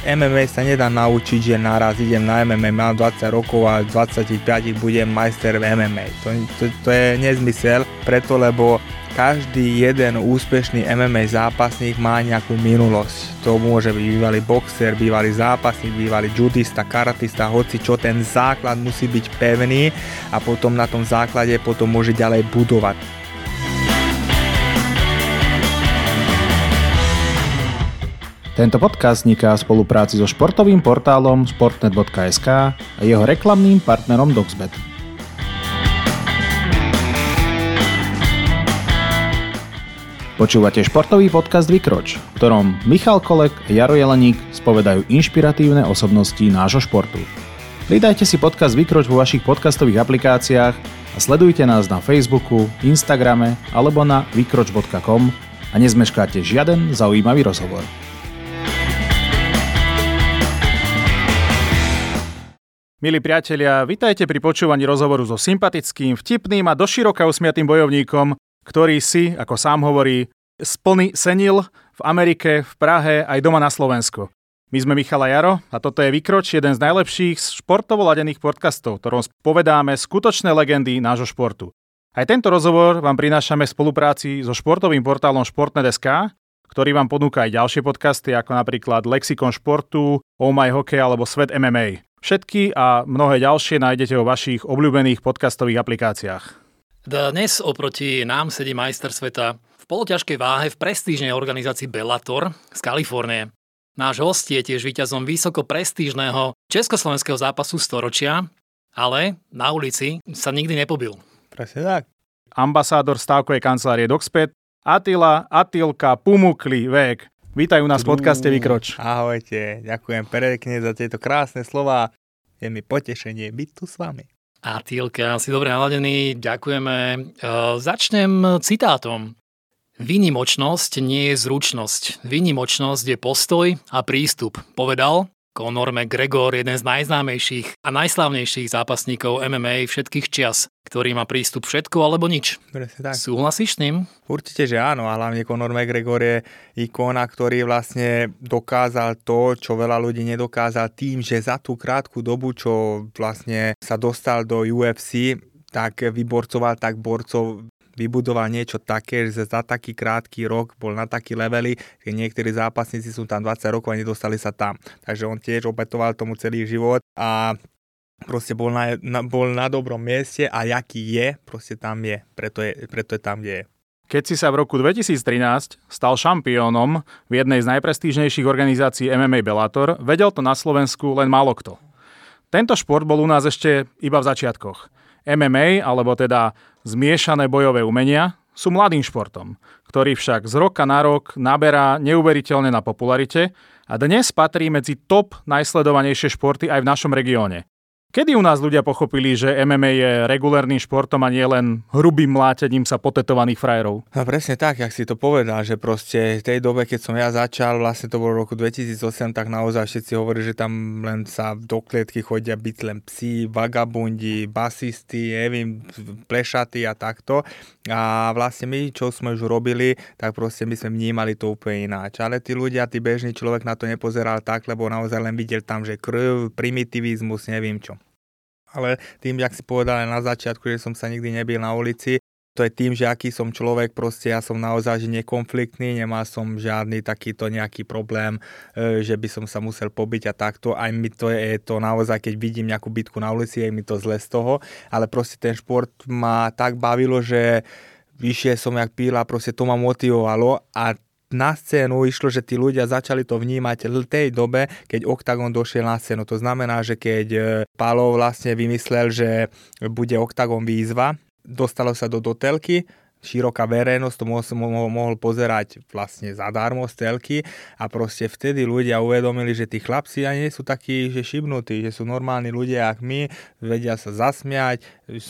MMA sa nedá naučiť, že naraz idem na MMA, mám 20 rokov a 25 budem majster v MMA. To je nezmysel, preto lebo každý jeden úspešný MMA zápasník má nejakú minulosť. To môže byť bývalý boxer, bývalý zápasník, bývalý judista, karatista, hoci čo, ten základ musí byť pevný a potom na tom základe potom môže ďalej budovať. Tento podcast vzniká v spolupráci so športovým portálom sportnet.sk a jeho reklamným partnerom Doxbet. Počúvate športový podcast Vykroč, v ktorom Michal Kolek a Jaro Jeleník spovedajú inšpiratívne osobnosti nášho športu. Pridajte si podcast Vykroč vo vašich podcastových aplikáciách a sledujte nás na Facebooku, Instagrame alebo na vykroč.com a nezmeškáte žiaden zaujímavý rozhovor. Milí priatelia, vitajte pri počúvaní rozhovoru so sympatickým, vtipným a doširoka usmiatým bojovníkom, ktorý si, ako sám hovorí, splný senil v Amerike, v Prahe aj doma na Slovensku. My sme Michal a Jaro a toto je Vykroč, jeden z najlepších športovo ladených podcastov, ktorom spovedáme skutočné legendy nášho športu. Aj tento rozhovor vám prinášame v spolupráci so športovým portálom Sportnet.sk, ktorý vám ponúka aj ďalšie podcasty, ako napríklad Lexikon športu, Oh My Hokej alebo Svet MMA. Všetky a mnohé ďalšie nájdete vo vašich obľúbených podcastových aplikáciách. Dnes oproti nám sedí majster sveta v poloťažkej váhe v prestížnej organizácii Bellator z Kalifornie. Náš host je tiež víťazom vysoko prestížneho československého zápasu storočia, ale na ulici sa nikdy nepobil. Presne tak. Ambasádor stávkovej kancelárie Doxbet Atilka Pumukli Vek. Vítajú nás v podcaste Vykroč. Ahojte, ďakujem pekne za tieto krásne slová. Je mi potešenie byť tu s vami. Atilka, si dobre naladený, ďakujeme. Začnem citátom. Výnimočnosť nie je zručnosť. Výnimočnosť je postoj a prístup, povedal Conor McGregor, jeden z najznámejších a najslávnejších zápasníkov MMA všetkých čias, ktorý má prístup všetko alebo nič. Presne tak. Súhlasíš s ním? Určite, že áno, a hlavne Conor McGregor je ikona, ktorý vlastne dokázal to, čo veľa ľudí nedokázal tým, že za tú krátku dobu, čo vlastne sa dostal do UFC, tak vyborcoval tak borcov, vybudoval niečo také, že za taký krátky rok bol na taký leveli, že niektorí zápasníci sú tam 20 rokov a nedostali sa tam. Takže on tiež obetoval tomu celý život a proste bol na dobrom mieste a jaký je, proste tam je. Preto je tam, kde je. Keď si sa v roku 2013 stal šampiónom v jednej z najprestížnejších organizácií MMA Bellator, vedel to na Slovensku len málo kto. Tento šport bol u nás ešte iba v začiatkoch. MMA, alebo teda zmiešané bojové umenia, sú mladým športom, ktorý však z roka na rok naberá neuveriteľne na popularite a dnes patrí medzi top najsledovanejšie športy aj v našom regióne. Kedy u nás ľudia pochopili, že MMA je regulérnym športom a nie len hrubým mlátením sa potetovaných frajerov? No presne tak, jak si to povedal, že proste v tej dobe, keď som ja začal, vlastne to bolo v roku 2008, tak naozaj všetci hovorili, že tam len sa do klietky chodia byť len psi, vagabundi, basisti, neviem, plešaty a takto. A vlastne my, čo sme už robili, tak proste my sme vnímali to úplne ináč. Ale tí ľudia, tí bežný človek na to nepozeral tak, lebo naozaj len videl tam, že krv, primitivizmus, neviem čo. Ale tým, jak si povedal na začiatku, že som sa nikdy nebil na ulici, to je tým, že aký som človek, proste ja som naozaj že nekonfliktný, nemal som žiadny takýto nejaký problém, že by som sa musel pobiť a takto. Aj mi to je to naozaj, keď vidím nejakú bitku na ulici, je mi to zle z toho, ale proste ten šport ma tak bavilo, že vyššie som jak píla, proste to ma motivovalo a na scénu išlo, že tí ľudia začali to vnímať v tej dobe, keď Oktagon došiel na scénu. To znamená, že keď Pálo vlastne vymyslel, že bude Oktagon výzva, dostalo sa do telky, široká verejnosť to mohol pozerať vlastne zadarmo z telky a proste vtedy ľudia uvedomili, že tí chlapci ani nie sú takí, že šibnutí, že sú normálni ľudia, ako my, vedia sa zasmiať,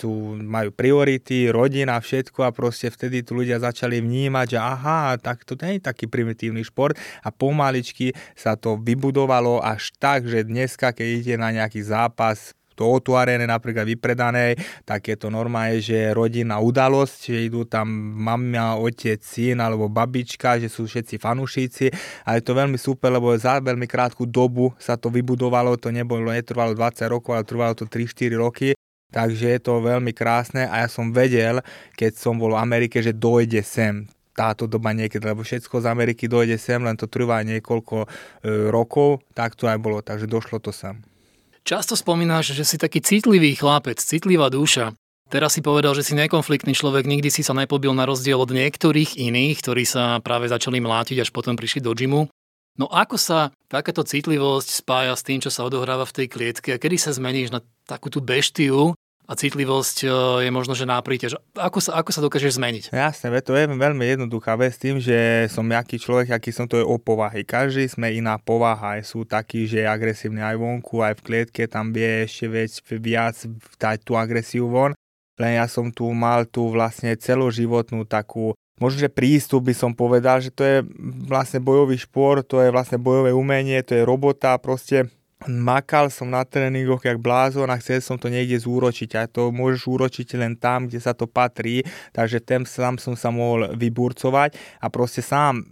majú priority, rodina, všetko a proste vtedy tí ľudia začali vnímať, že aha, tak to nie je taký primitívny šport a pomaličky sa to vybudovalo až tak, že dneska, keď ide na nejaký zápas to O2 Arene napríklad vypredanej, tak je to normálne, že rodinná udalosť, že idú tam mama, otec, syn alebo babička, že sú všetci fanúšici a je to veľmi super, lebo za veľmi krátku dobu sa to vybudovalo, to netrvalo 20 rokov, ale trvalo to 3-4 roky, takže je to veľmi krásne a ja som vedel, keď som bol v Amerike, že dojde sem táto doba niekedy, lebo všetko z Ameriky dojde sem, len to trvá niekoľko rokov, tak to aj bolo, takže došlo to sem. Často spomínaš, že si taký citlivý chlapec, citlivá duša. Teraz si povedal, že si nekonfliktný človek, nikdy si sa nepobil na rozdiel od niektorých iných, ktorí sa práve začali mlátiť, až potom prišli do gymu. No ako sa takáto citlivosť spája s tým, čo sa odohráva v tej klietke a kedy sa zmeníš na takú tú beštiu a citlivosť je možno, že náprítež. Ako sa dokážeš zmeniť? Jasné, to je veľmi jednoduchá vec tým, že som jaký človek, aký som, to je o povahy. Každý sme iná povaha, sú takí, že je agresívny aj vonku, aj v klietke, tam vie ešte viac dať tú agresiu von. Len ja som tu mal vlastne celoživotnú takú, možno, že prístup by som povedal, že to je vlastne bojový šport, to je vlastne bojové umenie, to je robota, proste makal som na tréningoch jak blázon a chcel som to niekde zúročiť a to môžeš úročiť len tam, kde sa to patrí, takže sám som sa mohol vyburcovať a proste sám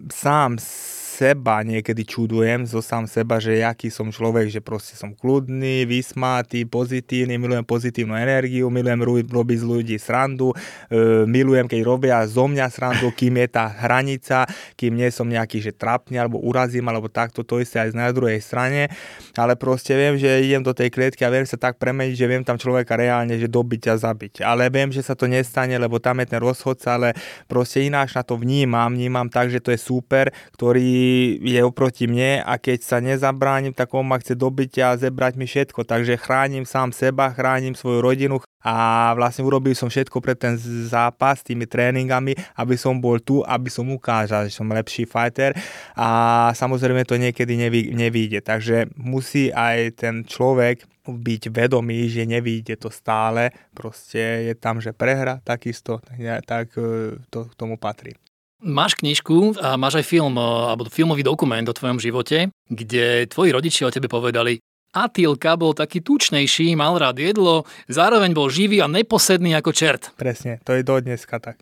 seba niekedy čudujem zo sám seba, že aký som človek, že proste som kľudný, vysmátý, pozitívny, milujem pozitívnu energiu, milujem robiť z ľudí srandu, milujem, keď robia zo mňa srandu, kým je tá hranica, kým nie som nejaký, že trapný, alebo urazím, alebo takto, to isté aj na druhej strane, ale proste viem, že idem do tej klietky a viem sa tak premeniť, že viem tam človeka reálne, že dobiť a zabiť, ale viem, že sa to nestane, lebo tam je ten rozhodca, ale proste ináč na to vnímam tak, že to je super, ktorý je oproti mne a keď sa nezabránim, tak on ma chce dobiť a zebrať mi všetko. Takže chránim sám seba, chránim svoju rodinu a vlastne urobil som všetko pre ten zápas tými tréningami, aby som bol tu, aby som ukázal, že som lepší fighter a samozrejme to niekedy nevyjde. Takže musí aj ten človek byť vedomý, že nevyjde to stále, proste je tam, že prehra, takisto, tak to k tomu patrí. Máš knižku a máš aj film, alebo filmový dokument o tvojom živote, kde tvoji rodičia o tebe povedali: Attila bol taký tučnejší, mal rád jedlo, zároveň bol živý a neposedný ako čert. Presne, to je do dneska tak.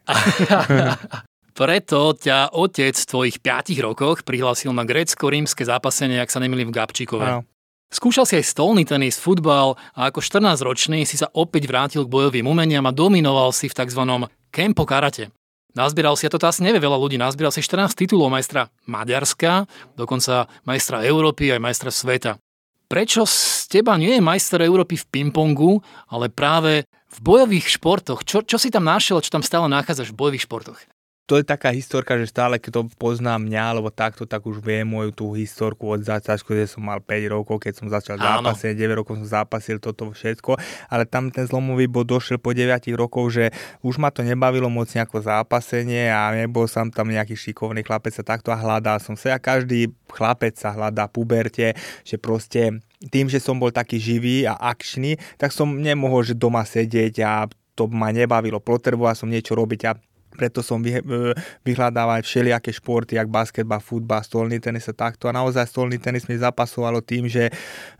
Preto ťa otec v tvojich 5 rokoch prihlásil na grécko-rímske zápasenie, ak sa nemýlim, v Gabčíkove. Áno. Skúšal si aj stolný tenis, futbal a ako 14-ročný si sa opäť vrátil k bojovým umeniam a dominoval si v tzv. Kempo karate. Nazbieral si, a to asi nevie veľa ľudí, nazbieral si 14 titulov majstra Maďarska, dokonca majstra Európy aj majstra sveta. Prečo z teba nie je majster Európy v pingpongu, ale práve v bojových športoch? Čo si tam našiel, čo tam stále nachádzaš v bojových športoch? To je taká historka, že stále, keď to pozná mňa, alebo takto, tak už viem moju tú historku od začiatku, že som mal 5 rokov, keď som začal zápasiť, 9 rokov som zápasil toto všetko, ale tam ten zlomový bod došiel po 9 rokov, že už ma to nebavilo moc nejako zápasenie a nebol som tam nejaký šikovný chlapec a takto a hľadal som sa. A každý chlapec sa hľadá v puberte, že proste tým, že som bol taký živý a akčný, tak som nemohol, že doma sedieť a to ma nebavilo, potreboval som niečo robiť a preto som vyhľadával všelijaké športy, jak basketbal, futbal, stolný tenis a takto. A naozaj stolný tenis mi zapasovalo tým, že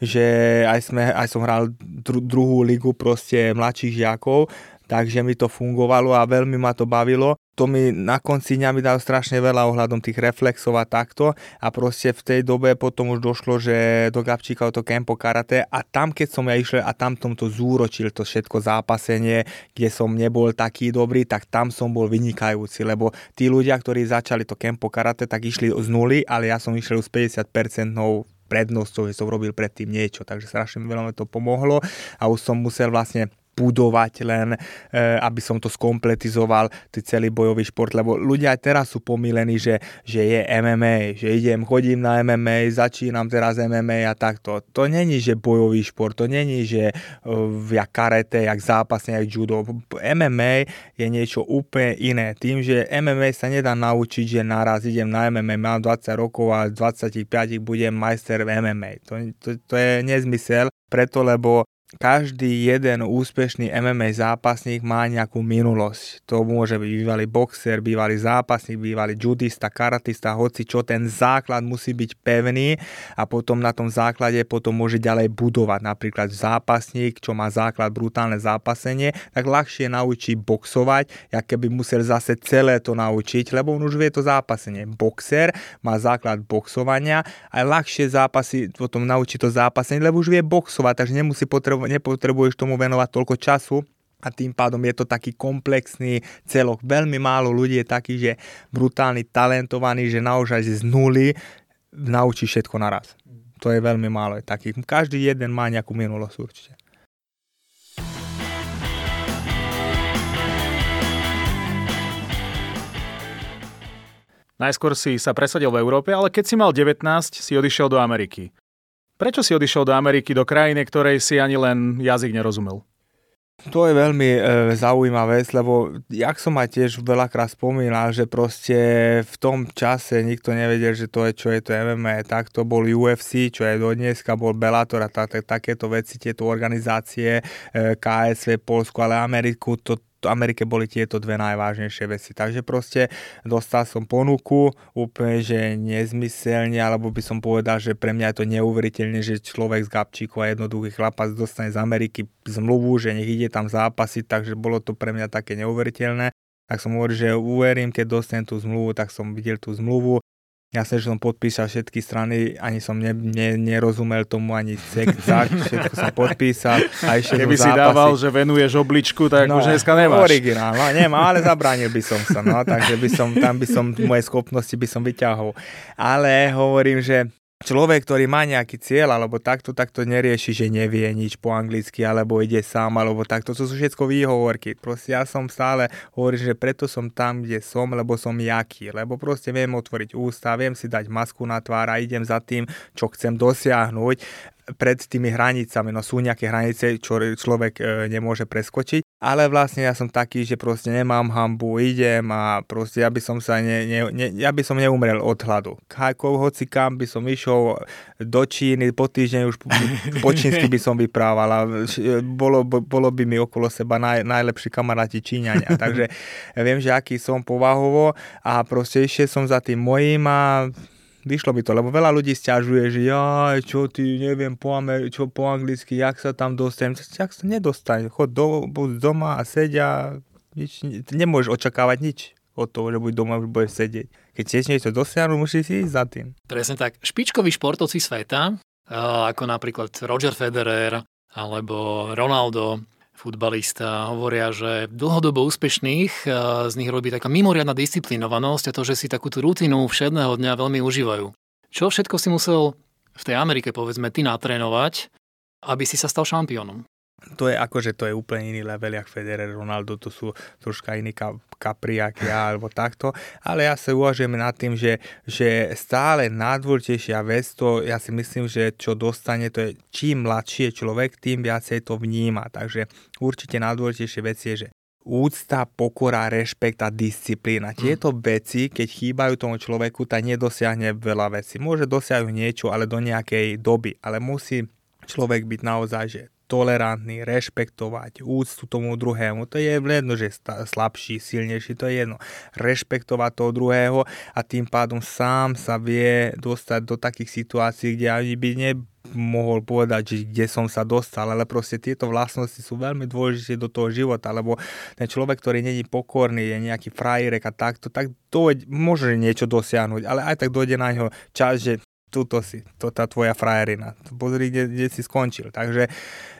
aj som hral druhú ligu proste mladších žiakov, takže mi to fungovalo a veľmi ma to bavilo. To mi na konci dňa mi dalo strašne veľa ohľadom tých reflexov a takto a proste v tej dobe potom už došlo, že do Gabčíka to Kempo karate a tam keď som ja išiel a tam som to zúročil, to všetko zápasenie, kde som nebol taký dobrý, tak tam som bol vynikajúci, lebo tí ľudia, ktorí začali to Kempo karate, tak išli z nuly, ale ja som išiel s 50% prednosťou, že som robil predtým niečo, takže strašne veľmi to pomohlo a už som musel vlastne budovať len, aby som to skompletizoval, celý bojový šport, lebo ľudia aj teraz sú pomýlení, že je MMA, že chodím na MMA, začínam teraz MMA a takto. To není, že bojový šport, to není, že jak karate, jak zápasne, jak judo. MMA je niečo úplne iné. Tým, že MMA sa nedá naučiť, že naraz idem na MMA, mám 20 rokov a 25 budem majster v MMA. To je nezmysel, preto lebo každý jeden úspešný MMA zápasník má nejakú minulosť. To môže byť bývalý boxer, bývalý zápasník, bývalý judista, karatista, hoci čo, ten základ musí byť pevný a potom na tom základe potom môže ďalej budovať. Napríklad zápasník, čo má základ brutálne zápasenie, tak ľahšie naučí boxovať, jak keby musel zase celé to naučiť, lebo on už vie to zápasenie. Boxer má základ boxovania a ľahšie zápasy potom naučí to zápasenie, lebo už vie boxovať, takže nepotrebuješ tomu venovať toľko času a tým pádom je to taký komplexný celok. Veľmi málo ľudí je taký, že brutálny, talentovaný, že naozaj z nuly naučí všetko naraz. To je veľmi málo takých. Každý jeden má nejakú minulosť určite. Najskôr si sa presadil v Európe, ale keď si mal 19, si odišiel do Ameriky. Prečo si odišiel do Ameriky, do krajiny, ktorej si ani len jazyk nerozumel? To je veľmi zaujímavá vec, lebo jak som aj tiež veľakrát spomínal, že proste v tom čase nikto nevedel, že to je, čo je to MMA, tak to bol UFC, čo je do dneska, bol Bellator a takéto veci, tieto organizácie, KSV, Polsku, ale Amerike boli tieto dve najvážnejšie veci. Takže proste dostal som ponuku úplne, že nezmyselne, alebo by som povedal, že pre mňa je to neuveriteľné, že človek z Gabčíku a jednoduchý chlapac dostane z Ameriky zmluvu, že nech ide tam zápasiť, takže bolo to pre mňa také neuveriteľné. Tak som hovoril, že uverím, keď dostanem tú zmluvu, tak som videl tú zmluvu. Jasne, že som podpísal všetky strany, ani som nerozumel tomu, ani cek, všetko som podpísal. A ešte keby si dával, že venuješ obličku, tak už dneska nemáš. Originál, nemám, ale zabránil by som sa, takže moje schopnosti by som vyťahol. Ale hovorím, že človek, ktorý má nejaký cieľ, alebo takto nerieši, že nevie nič po anglicky, alebo ide sám, alebo takto. To sú všetko výhovorky. Proste ja som stále hovoril, že preto som tam, kde som, lebo som jaký. Lebo proste viem otvoriť ústa, viem si dať masku na tvár a idem za tým, čo chcem dosiahnuť pred tými hranicami. No sú nejaké hranice, čo človek nemôže preskočiť. Ale vlastne ja som taký, že proste nemám hanbu, idem a proste ja by som neumrel od hladu. Hoci kam by som išiel do Číny, po týždeň už po čínsky by som vyprával a bolo by mi okolo seba najlepší kamaráti Číňania. Takže viem, že aký som povahovo a proste išiel som za tým mojím a vyšlo by to, lebo veľa ľudí sťažuje, že čo ty, neviem čo po anglicky, jak sa tam dostanem. Jak sa nedostaň, chod doma a sedia, nemôžeš očakávať nič od toho, že buď doma, už budeš sedieť. Keď chceš niečo dosiahnuť, musíš ísť za tým. Presne tak. Špičkoví športovci sveta, ako napríklad Roger Federer alebo Ronaldo, futbalista, hovoria, že dlhodobo úspešných z nich robí taká mimoriadna disciplinovanosť a to, že si takúto rutinu všedného dňa veľmi užívajú. Čo všetko si musel v tej Amerike, povedzme, ty natrénovať, aby si sa stal šampiónom? To je úplne iný level, jak Federer, Ronaldo, to sú troška iní Capri, jak ja, alebo takto. Ale ja sa uvažujem nad tým, že stále najdôležitejšia vec, to ja si myslím, že čo dostane, to je čím mladší je človek, tým viacej to vníma. Takže určite najdôležitejšie vec je, že úcta, pokora, rešpekt a disciplína. Tieto veci, keď chýbajú tomu človeku, tak nedosiahne veľa vecí. Môže dosiahnuť niečo, ale do nejakej doby. Ale musí človek byť naozaj, že tolerantný, rešpektovať, úctu tomu druhému. To je jedno, že slabší, silnejší, to je jedno. Rešpektovať toho druhého a tým pádom sám sa vie dostať do takých situácií, kde ani by nemohol povedať, že kde som sa dostal, ale proste tieto vlastnosti sú veľmi dôležité do toho života, lebo ten človek, ktorý není pokorný, je nejaký frajerek a takto, tak môže niečo dosiahnuť, ale aj tak dojde na ňo čas, že tuto si, to tá tvoja frajerina. Pozri, kde si skončil. Takže,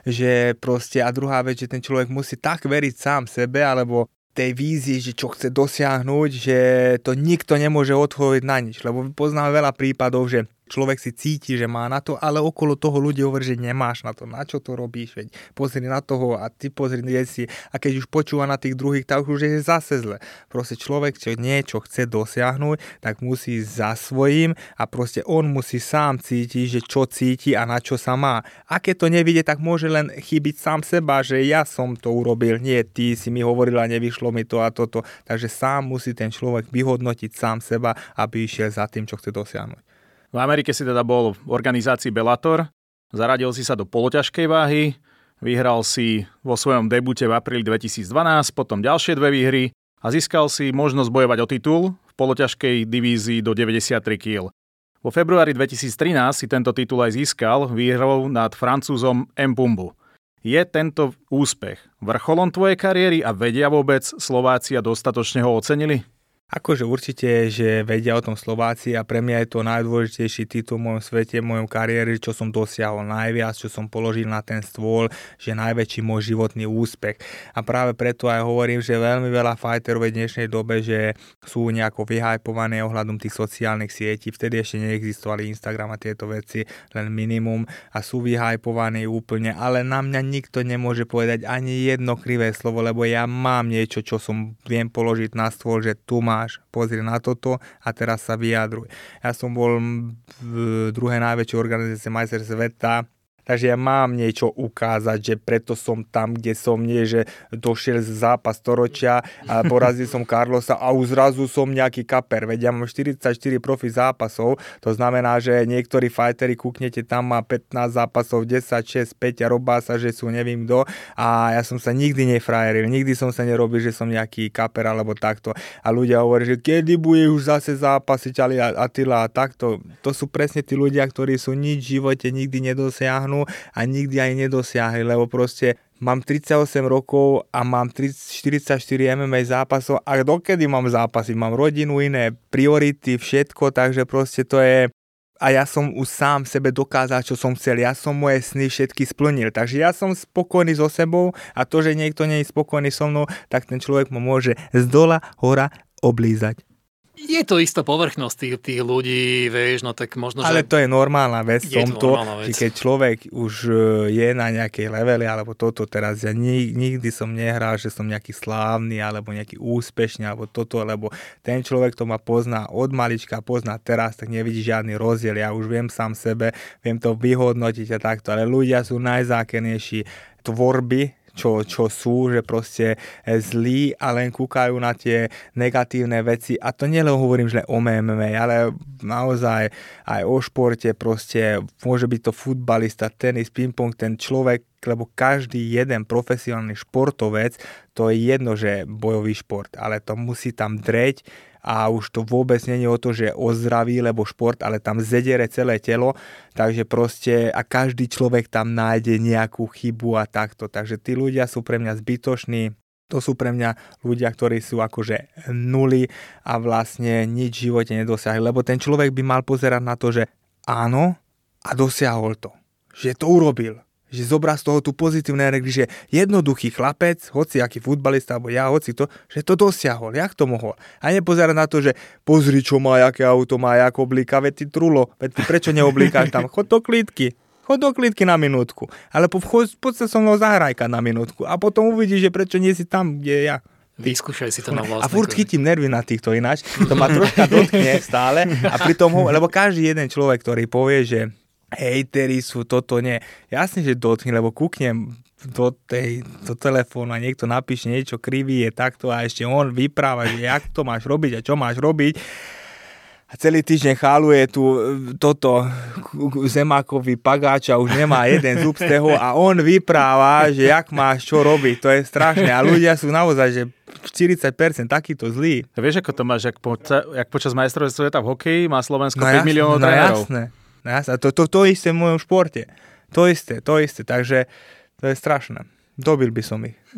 že proste, a druhá vec, že ten človek musí tak veriť sám sebe, alebo tej vízii, že čo chce dosiahnuť, že to nikto nemôže odhovoriť na nič. Lebo poznáme veľa prípadov, že človek si cíti, že má na to, ale okolo toho ľudia hovorí, že nemáš na to. Na čo to robíš? Veď pozri na toho a ty pozri, kde si. A keď už počúva na tých druhých, tak už je zase zle. Proste človek, čo niečo chce dosiahnuť, tak musí ísť za svojím a proste on musí sám cítiť, že čo cíti a na čo sa má. A keď to nevidie, tak môže len chybiť sám seba, že ja som to urobil, nie ty si mi hovoril a nevyšlo mi to a toto. Takže sám musí ten človek vyhodnotiť sám seba, aby išiel za tým, čo chce dosiahnuť. V Amerike si teda bol v organizácii Bellator, zaradil si sa do poloťažkej váhy, Vyhral si vo svojom debute v apríli 2012, potom ďalšie 2 výhry a získal si možnosť bojovať o titul v poloťažkej divízii do 93 kg. Vo februári 2013 si tento titul aj získal výhrou nad Francúzom Mpumbu. Je tento úspech vrcholom tvojej kariéry a vedia vôbec Slováci a dostatočne ho ocenili? Akože určite, že vedia o tom Slováci a pre mňa je to najdôležitejší titul v mojom svete, v mojom kariére, čo som dosiahol najviac, čo som položil na ten stôl, že najväčší môj životný úspech. A práve preto aj hovorím, že veľmi veľa fighterov v dnešnej dobe, že sú nejako vyhypované ohľadom tých sociálnych sietí. Vtedy ešte neexistovali Instagram a tieto veci, len minimum a sú vyhypovaní úplne, ale na mňa nikto nemôže povedať ani jedno krivé slovo, lebo ja mám niečo, čo som viem položiť na stôl, že tu pozri na toto a teraz sa vyjadruj. Ja som bol v druhej najväčšej organizácii majster sveta, takže ja mám niečo ukázať, že preto som tam, kde som, nie, že došiel z zápas storočia a porazil som Carlosa a už zrazu som nejaký kaper. Veď ja mám 44 profi zápasov, to znamená, že niektorí fighteri, kúknete, tam má 15 zápasov, 10, 6, 5 a robá sa, že sú neviem kto a ja som sa nikdy nefrajeril, nikdy som sa nerobil, že som nejaký kaper alebo takto. A ľudia hovorí, že kedy bude už zase zápasiť Attila a takto. To sú presne tí ľudia, ktorí sú nič v živote nikdy nedosiahnu a nikdy aj nedosiahli, lebo proste mám 38 rokov a mám 44 MMA zápasov a dokedy mám zápasy, mám rodinu, iné priority, všetko, takže proste to je a ja som už sám sebe dokázal, čo som chcel, ja som moje sny všetky splnil, takže ja som spokojný so sebou a to, že niekto nie je spokojný so mnou, tak ten človek mu môže z dola hora oblízať. Je to istá povrchnosť tých ľudí, vieš, no tak možno, že... Ale to je normálna vec v tomto, že keď človek už je na nejakej leveli, alebo toto teraz, ja nikdy som nehral, že som nejaký slávny, alebo nejaký úspešný, alebo toto, lebo ten človek, to ma pozná od malička, pozná teraz, tak nevidí žiadny rozdiel, ja už viem sám sebe, viem to vyhodnotiť a takto, ale ľudia sú najzákernejší tvorby, čo sú, že proste zlí a len kúkajú na tie negatívne veci. A to nielen hovorím, že o MMA, ale naozaj aj o športe proste. Môže byť to futbalista, tenis, ping-pong, ten človek, lebo každý jeden profesionálny športovec, to je jedno, že bojový šport, ale to musí tam dreť a už to vôbec nie je o to, že ozdraví, lebo šport, ale tam zedere celé telo, takže proste a každý človek tam nájde nejakú chybu a takto, takže tí ľudia sú pre mňa zbytoční, to sú pre mňa ľudia, ktorí sú akože nuly a vlastne nič v živote nedosiahli, lebo ten človek by mal pozerať na to, že áno a dosiahol to, že to urobil. Že zobrá z toho tú pozitívnu energiu, že jednoduchý chlapec, hoci aký futbalista, alebo ja, hoci to, že to dosiahol, jak to mohol. A nepozerá na to, že pozri, čo má, aké auto má, jak oblíka, veď ty trulo, veď ty prečo neoblíkáš tam, chod do klídky na minútku, ale poď sa so mnou zahrajka na minútku a potom uvidíš, že prečo nie si tam, kde ja. Vyskúšaj si to na vlastné. A furt chytím nervy na týchto ináč, to ma troška dotkne stále a pritom, lebo každý jeden človek, ktorý povie, že hejteri sú toto, nie. Jasne, že dotkne, lebo kúknem do telefónu a niekto napíše niečo krivý je takto a ešte on vypráva, že jak to máš robiť a čo máš robiť. A celý týždeň cháluje tu toto zemákový pagáč a už nemá jeden zub z toho a on vypráva, že jak máš čo robiť. To je strašné a ľudia sú naozaj, že 40% takýto zlý. Vieš, ako to máš, jak počas majstrovstiev sveta v hokeji má Slovensko 5 miliónov trénerov. No jasné, to isté v mojom športe. To isté, takže to je strašné. Dobil by som ich.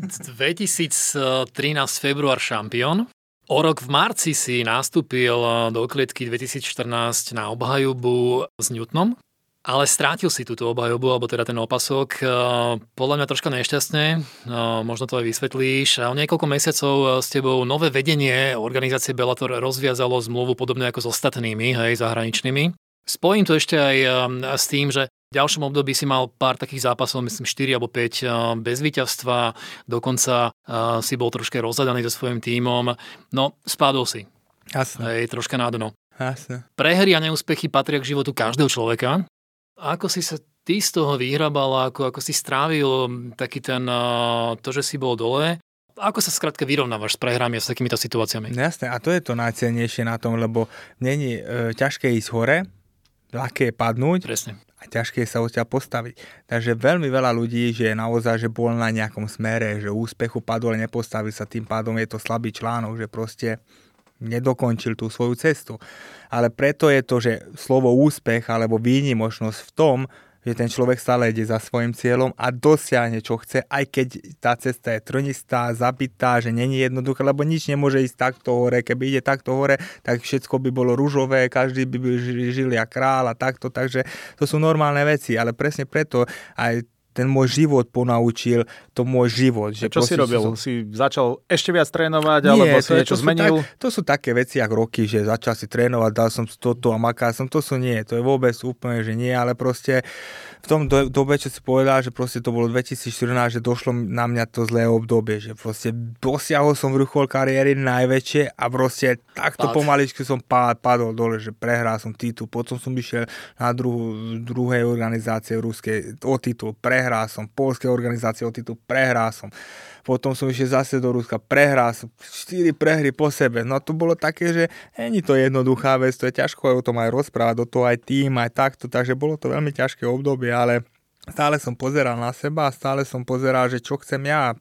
2013 február šampión. O rok v marci si nastúpil do klietky 2014 na obhajobu s Newtonom, ale strátil si túto obhajobu, alebo teda ten opasok. Podľa mňa troška nešťastne, možno to aj vysvetlíš. A o niekoľko mesiacov s tebou nové vedenie organizácie Bellator rozviazalo zmluvu podobne ako s ostatnými, zahraničnými. Spojím to ešte aj s tým, že v ďalšom období si mal pár takých zápasov, myslím 4 alebo 5 bez víťazstva, dokonca si bol troška rozhľadaný so svojím tímom, no spadol si. Jasné. Troška na dno. Jasné. Prehry a neúspechy patria k životu každého človeka. Ako si sa ty z toho vyhrabal, ako si strávil taký ten, to, že si bol dole? Ako sa skrátka vyrovnávaš s prehrami a s takýmito situáciami? Jasné, a to je to najcennejšie na tom, lebo není ťažké ísť hore, ľahké je padnúť. Presne. a ťažké sa odtiaľ postaviť. Takže veľmi veľa ľudí, že naozaj, že bol na nejakom smere, že úspechu padol, ale nepostavil sa, tým pádom je to slabý článok, že proste nedokončil tú svoju cestu. Ale preto je to, že slovo úspech alebo výnimočnosť v tom, že ten človek stále ide za svojim cieľom a dosiahne, čo chce, aj keď tá cesta je trnistá, zabitá, že není jednoduché, lebo nič nemôže ísť takto hore. Keby ide takto hore, tak všetko by bolo ružové, každý by žil jak kráľ a takto, takže to sú normálne veci, ale presne preto aj ten môj život ponaučil, to môj život. Že čo si robil? Si začal ešte viac trénovať, alebo si niečo zmenil? To sú také veci, jak roky, že začal si trénovať, dal som toto a makal som, to je vôbec úplne, že nie, ale proste v tom dobe, čo si povedal, že proste to bolo 2014, že došlo na mňa to zlé obdobie, že proste dosiahol som vrchol kariéry najväčšie a proste takto pomaličky som padol dole, že prehral som titul, potom som išiel na druhej organizácie ruskej o titul, prehral som, poľskej organizácie o titul, prehral som. Potom som išiel zase do Ruska, prehral som, 4 prehry po sebe. No to bolo také, že není to jednoduchá vec, to je ťažko o tom aj rozprávať, do toho aj tým, aj takto, takže bolo to veľmi ťažké obdobie, ale stále som pozeral na seba, stále som pozeral, že čo chcem ja,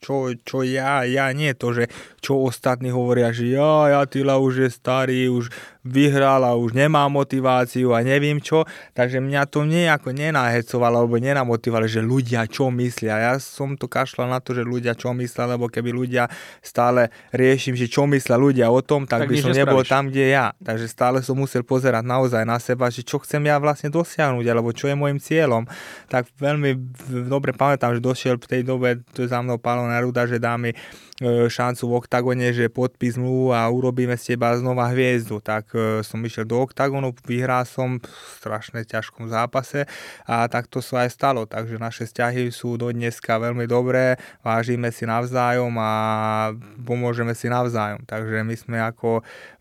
čo ja nie to, že čo ostatní hovoria, že ja Attila už je starý, už vyhral a už nemá motiváciu a neviem čo, takže mňa to nejako nenahecovalo alebo nenamotivovalo, že ľudia čo myslia. Ja som to kašľal na to, že ľudia čo myslia, lebo keby ľudia stále riešim, že čo myslia ľudia o tom, tak by som nebol tam, kde ja. Takže stále som musel pozerať naozaj na seba, že čo chcem ja vlastne dosiahnuť, alebo čo je môjim cieľom. Tak veľmi dobre pamätám, že došiel v tej dobe za mnou Pálo Neruda, že dá mi šancu v oktagone, že podpis zmluvu a urobíme z teba znova hviezdu. Tak som išiel do oktagonu, vyhral som v strašne ťažkom zápase a tak to sa aj stalo. Takže naše vzťahy sú do dneska veľmi dobré, vážime si navzájom a pomôžeme si navzájom. Takže my sme ako,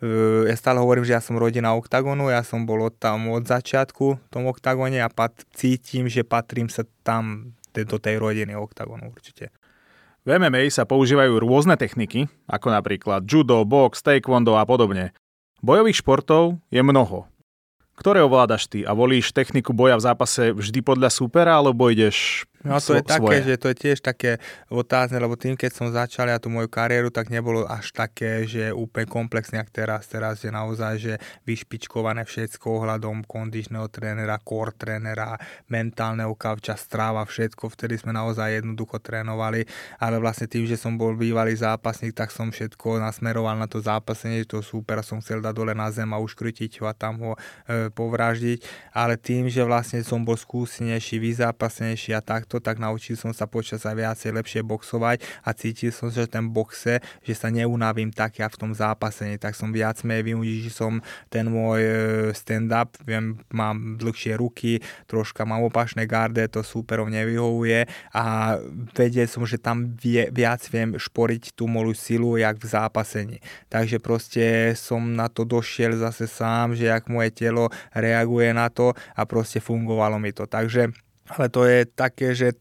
ja stále hovorím, že ja som rodina oktagonu, ja som bol tam od začiatku v tom oktagone a cítim, že patrím sa tam do tej rodiny oktagonu určite. V MMA sa používajú rôzne techniky, ako napríklad judo, box, taekwondo a podobne. Bojových športov je mnoho. Ktoré ovládaš ty a volíš techniku boja v zápase vždy podľa súpera, alebo ideš No to je také, že to je tiež také otázne, lebo tým, keď som začal ja tú moju kariéru, tak nebolo až také, že úplne komplexne, jak teraz. Teraz je naozaj, že vyšpičkované všetko ohľadom kondičného trénera, core trénera, mentálneho kauča, stráva, všetko. Vtedy sme naozaj jednoducho trénovali, ale vlastne tým, že som bol bývalý zápasník, tak som všetko nasmeroval na to zápasenie, že to super som chcel dať dole na zem a uškrtiť ho a tam ho povraždiť, ale tým, že vlastne som bol skúsenejší, vyzápasenejší a takto, tak naučil som sa počas aj viacej lepšie boxovať a cítil som, že ten boxe, že sa neunavím tak ja v tom zápasení, tak som viac využil som ten môj stand-up, mám dlhšie ruky, troška mám opačné garde, to súperov nevyhovuje a vedel som, že tam viac viem šporiť tú moju silu, jak v zápasení. Takže proste som na to došiel zase sám, že jak moje telo reaguje na to a proste fungovalo mi to. Takže ale to je také, že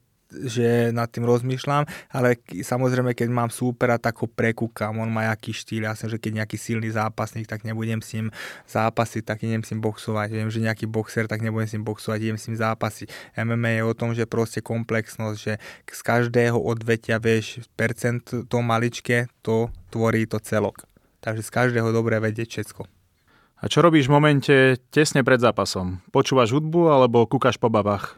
nad tým rozmýšľam, ale samozrejme, keď mám súpera, tak ho prekúkam, on má jaký štýl, ja som, že keď nejaký silný zápasník, tak nebudem s ním zápasiť, tak idem s ním boxovať, viem, že nejaký boxer, tak nebudem s ním boxovať, idem s ním zápasiť. MMA je o tom, že proste komplexnosť, že z každého odvetia, vieš, percent to maličké, to tvorí to celok. Takže z každého dobre vedieť všetko. A čo robíš v momente tesne pred zápasom? Počúvaš hudbu alebo kúkaš po babách?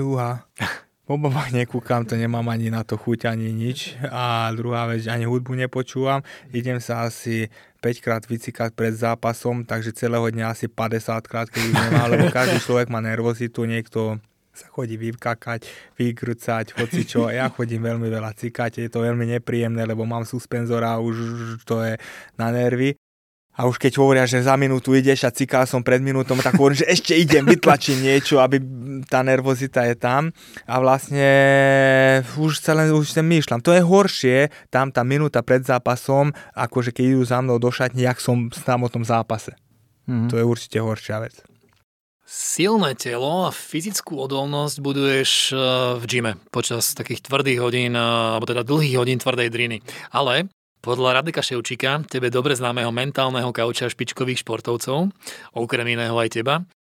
Po babách nekúkam, to nemám ani na to chuť, ani nič. A druhá vec, ani hudbu nepočúvam. Idem sa asi 5-krát vycikať pred zápasom, takže celého dňa asi 50-krát, keď už nemá, lebo každý človek má nervozitu, niekto sa chodí vyvkakať, vygrcať, hocičo. Ja chodím veľmi veľa cikať, je to veľmi nepríjemné, lebo mám suspenzora, už to je na nervy. A už keď hovoria, že za minútu ideš a cikal som pred minútom, tak hovorím, že ešte idem, vytlačím niečo, aby tá nervozita je tam. A vlastne už sa myšľam. To je horšie, tam tá minúta pred zápasom, akože keď idú za mnou do šatne, jak som tam o tom zápase. To je určite horšia vec. Silné telo a fyzickú odolnosť buduješ v gyme počas takých tvrdých hodín, alebo teda dlhých hodín tvrdej driny. Ale podľa Radeka Ševčíka, tebe dobre známeho mentálneho kauča špičkových športovcov, okrem iného aj teba,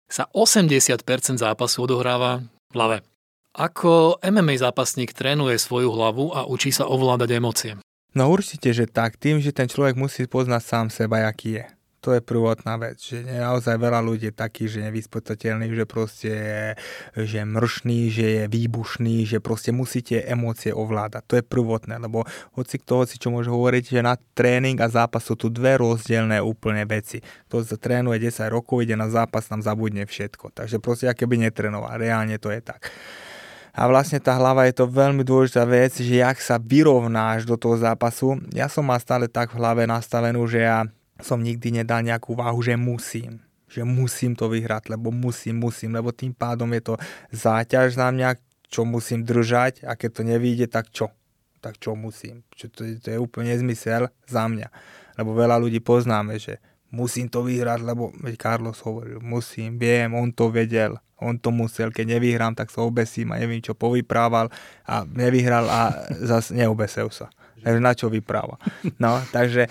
sa 80% zápasu odohráva v hlave. Ako MMA zápasník trénuje svoju hlavu a učí sa ovládať emócie? No určite, že tak. Tým, že ten človek musí poznať sám seba, aký je. To je prvotná vec, že naozaj veľa ľudí je takých, že nevyspotateľných, že proste že mršný, že je výbušný, že proste musíte emócie ovládať. To je prvotné, lebo hoci čo môže hovoriť, že na tréning a zápas sú tu dve rozdielne úplne veci. Kto sa trénuje 10 rokov, ide na zápas, tam zabudne všetko. Takže proste aké by netrénoval. Reálne to je tak. A vlastne tá hlava je to veľmi dôležitá vec, že jak sa vyrovnáš do toho zápasu. Ja som mal stále tak v hlave nastavenú, že ja som nikdy nedal nejakú váhu, že musím to vyhrať, lebo musím, lebo tým pádom je to záťaž na mňa, čo musím držať a keď to nevyjde, tak čo? Tak čo musím? To je úplne nezmysel za mňa, lebo veľa ľudí poznáme, že musím to vyhrať, lebo Carlos hovoril, musím, viem, on to vedel, on to musel, keď nevyhrám, tak sa obesím a neviem čo povyprával a nevyhral a zase neobesil sa. Takže na čo vypráva. No, takže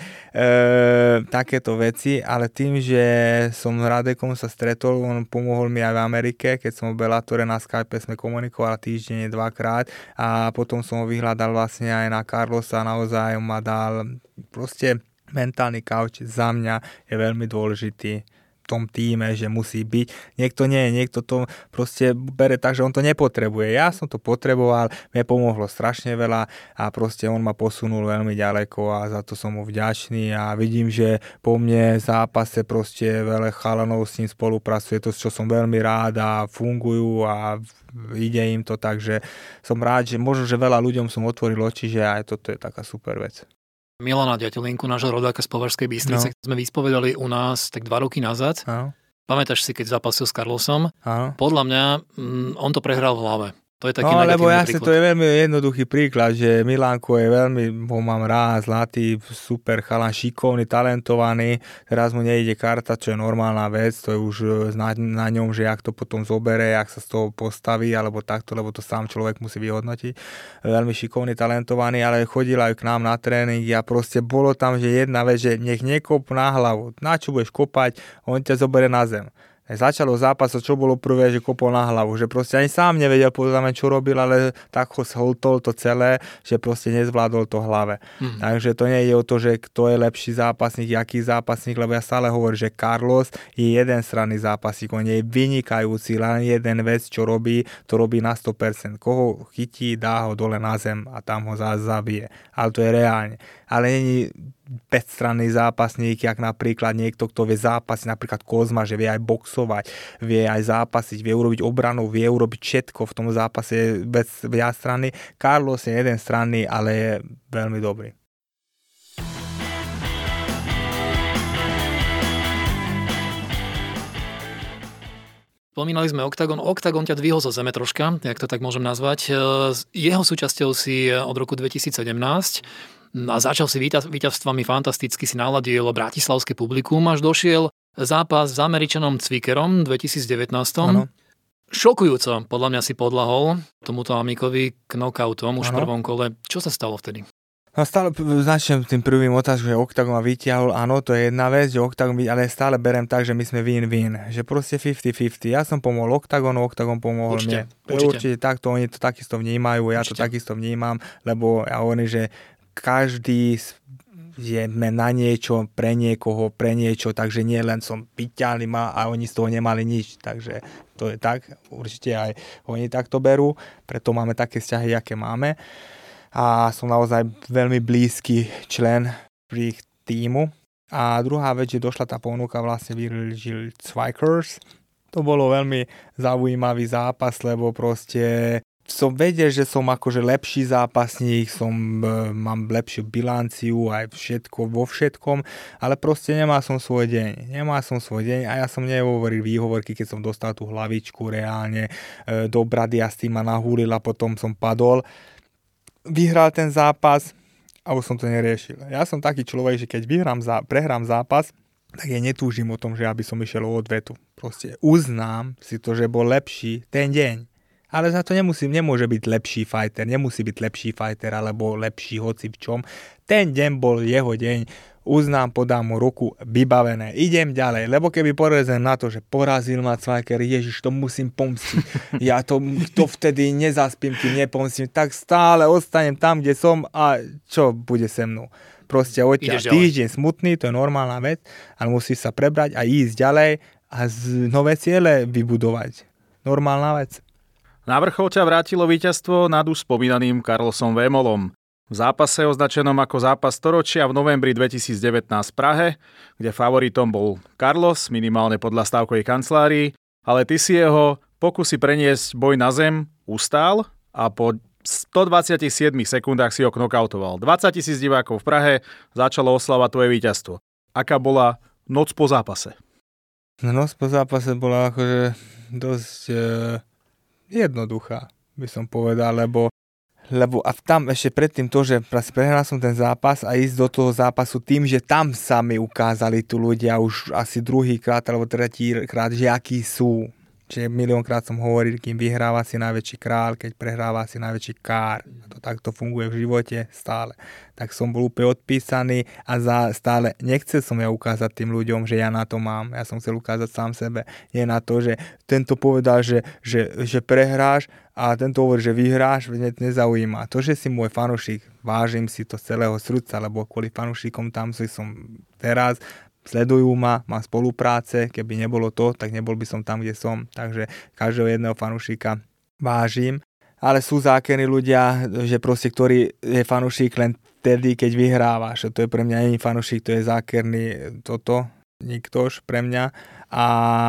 takéto veci, ale tým, že som s Radekom sa stretol, on pomohol mi aj v Amerike, keď som v Bellatore na Skype sme komunikovali týždenne 2-krát a potom som ho vyhľadal vlastne aj na Carlosa, naozaj ma dal proste mentálny kauč za mňa je veľmi dôležitý v tom týme, že musí byť. Niekto to proste bere tak, že on to nepotrebuje. Ja som to potreboval, mne pomohlo strašne veľa a proste on ma posunul veľmi ďaleko a za to som mu vďačný a vidím, že po mne v zápase proste veľa chalanov s ním spolupracuje, to čo som veľmi rád a fungujú a ide im to, takže som rád, že možno, že veľa ľuďom som otvoril oči, že aj toto je taká super vec. Milana Ďatelinku, nášho rodáka z Považskej Bystrice, sme vyspovedali u nás tak 2 roky nazad. No. Pamätáš si, keď zápasil s Carlosom? Áno. Podľa mňa on to prehral v hlave. To je taký negatívny príklad. Lebo ja si to je veľmi jednoduchý príklad, že Milanko je veľmi, ho mám rád, zlatý, super chalan, šikovný, talentovaný, teraz mu nejde karta, čo je normálna vec, to je už na ňom, že jak to potom zobere, jak sa z toho postaví, alebo takto, lebo to sám človek musí vyhodnotiť. Veľmi šikovný, talentovaný, ale chodil aj k nám na tréning a proste bolo tam, že jedna vec, že nech nekop na hlavu, na čo budeš kopať, on ťa zobere na zem. Začalo zápas, čo bolo prvé, že kopol na hlavu, že proste ani sám nevedel podľa mňa, čo robil, ale tak ho zholtol to celé, že proste nezvládol to hlave. Takže to nie je o to, že kto je lepší zápasník, aký zápasník, lebo ja stále hovorím, že Carlos je jednostranný zápasník, on je vynikajúci, len jeden vec, čo robí, to robí na 100%. Koho chytí, dá ho dole na zem a tam ho zabije. Ale to je reálne. Ale není päťstranný zápasník, jak napríklad niekto, kto vie zápasiť, napríklad Kozma, že vie aj boxovať, vie aj zápasiť, vie urobiť obranu, vie urobiť všetko v tom zápase viacstranný. Carlos je jedenstranný, ale je veľmi dobrý. Spomínali sme Oktagon. Oktagon ťa dvihol zo zeme troška, jak to tak môžem nazvať. Jeho súčasťou si od roku 2017 a začal si víťazstvami, fantasticky si naladil bratislavské publikum, až došiel zápas s Američanom Cvikerom v 2019. Ano. Šokujúco, podľa mňa si podľahol tomuto Amikovi knockoutom už v prvom kole. Čo sa stalo vtedy? No stále začnem tým prvým otázku, že Oktagon ma vyťahol, áno, to je jedna vec, že Oktagon, ale stále berem tak, že my sme win-win, že proste 50-50. Ja som pomohol Oktagonu, Oktagon pomohol mne. Určite takto, oni to takisto vnímajú, ja to takisto vnímam, lebo ja hovorím, že každý je na niečo, pre niekoho, pre niečo, takže nie len som vyťahli ma a oni z toho nemali nič, takže to je tak, určite aj oni takto berú, preto máme také vzťahy, aké máme. A som naozaj veľmi blízky člen pri ich týmu. A druhá vec, že došla tá ponuka vlastne vyriešil Cvikers. To bolo veľmi zaujímavý zápas, lebo proste som vedel, že som akože lepší zápasník, mám lepšiu bilanciu aj všetko vo všetkom, ale proste nemal som svoj deň a ja som nehovoril výhovorky, keď som dostal tú hlavičku reálne do brady a s tým ma nahúlil a potom som padol. Vyhral ten zápas a už som to neriešil. Ja som taký človek, že keď prehrám zápas, tak ja netúžim o tom, že aby som išiel o odvetu. Proste uznám si to, že bol lepší ten deň. Ale za to nemôže byť lepší fighter, nemusí byť lepší fighter alebo lepší hoci v čom. Ten deň bol jeho deň, uznám, podám mu ruku, vybavené. Idem ďalej, lebo keby porezem na to, že porazil ma Cvajker, Ježiš, to musím pomstiť. Ja to vtedy nezaspím, kým nepomstím, tak stále ostanem tam, kde som a čo bude se mnou. Proste odtiaľ týždeň smutný, to je normálna vec, ale musíš sa prebrať a ísť ďalej a nové ciele vybudovať. Normálna vec. Na vrchol ťa vrátilo víťazstvo nad už spomínaným Carlosom Vémolom. V zápase označenom ako zápas storočia v novembri 2019 v Prahe, kde favoritom bol Carlos, minimálne podľa stávkovej kancelárii, ale ty si jeho pokusy preniesť boj na zem ustál a po 127 sekundách si ho knockoutoval. 20 000 divákov v Prahe, začalo oslavať tvoje víťazstvo. Aká bola noc po zápase? Noc po zápase bola akože dosť jednoduchá, by som povedal, lebo a tam ešte predtým to, že prehral som ten zápas a ísť do toho zápasu tým, že tam sa mi ukázali tu ľudia už asi druhýkrát alebo tretíkrát, že akí sú. Čiže miliónkrát som hovoril, kým vyhráva si najväčší král, keď prehráva si najväčší kár. A to takto funguje v živote stále. Tak som bol úplne odpísaný a stále nechcel som ja ukázať tým ľuďom, že ja na to mám. Ja som chcel ukázať sám sebe. Nie na to, že tento povedal, že prehráš a tento hovorí, že vyhráš, nezaujíma. To, že si môj fanúšik, vážim si to z celého srdca, lebo kvôli fanúšikom tam som teraz, sledujú ma, mám spolupráce, keby nebolo to, tak nebol by som tam, kde som. Takže každého jedného fanúšika vážim. Ale sú zákerní ľudia, že proste, ktorý je fanúšik len vtedy, keď vyhrávaš. To je pre mňa není fanúšik, to je zákerný toto, niktož pre mňa. A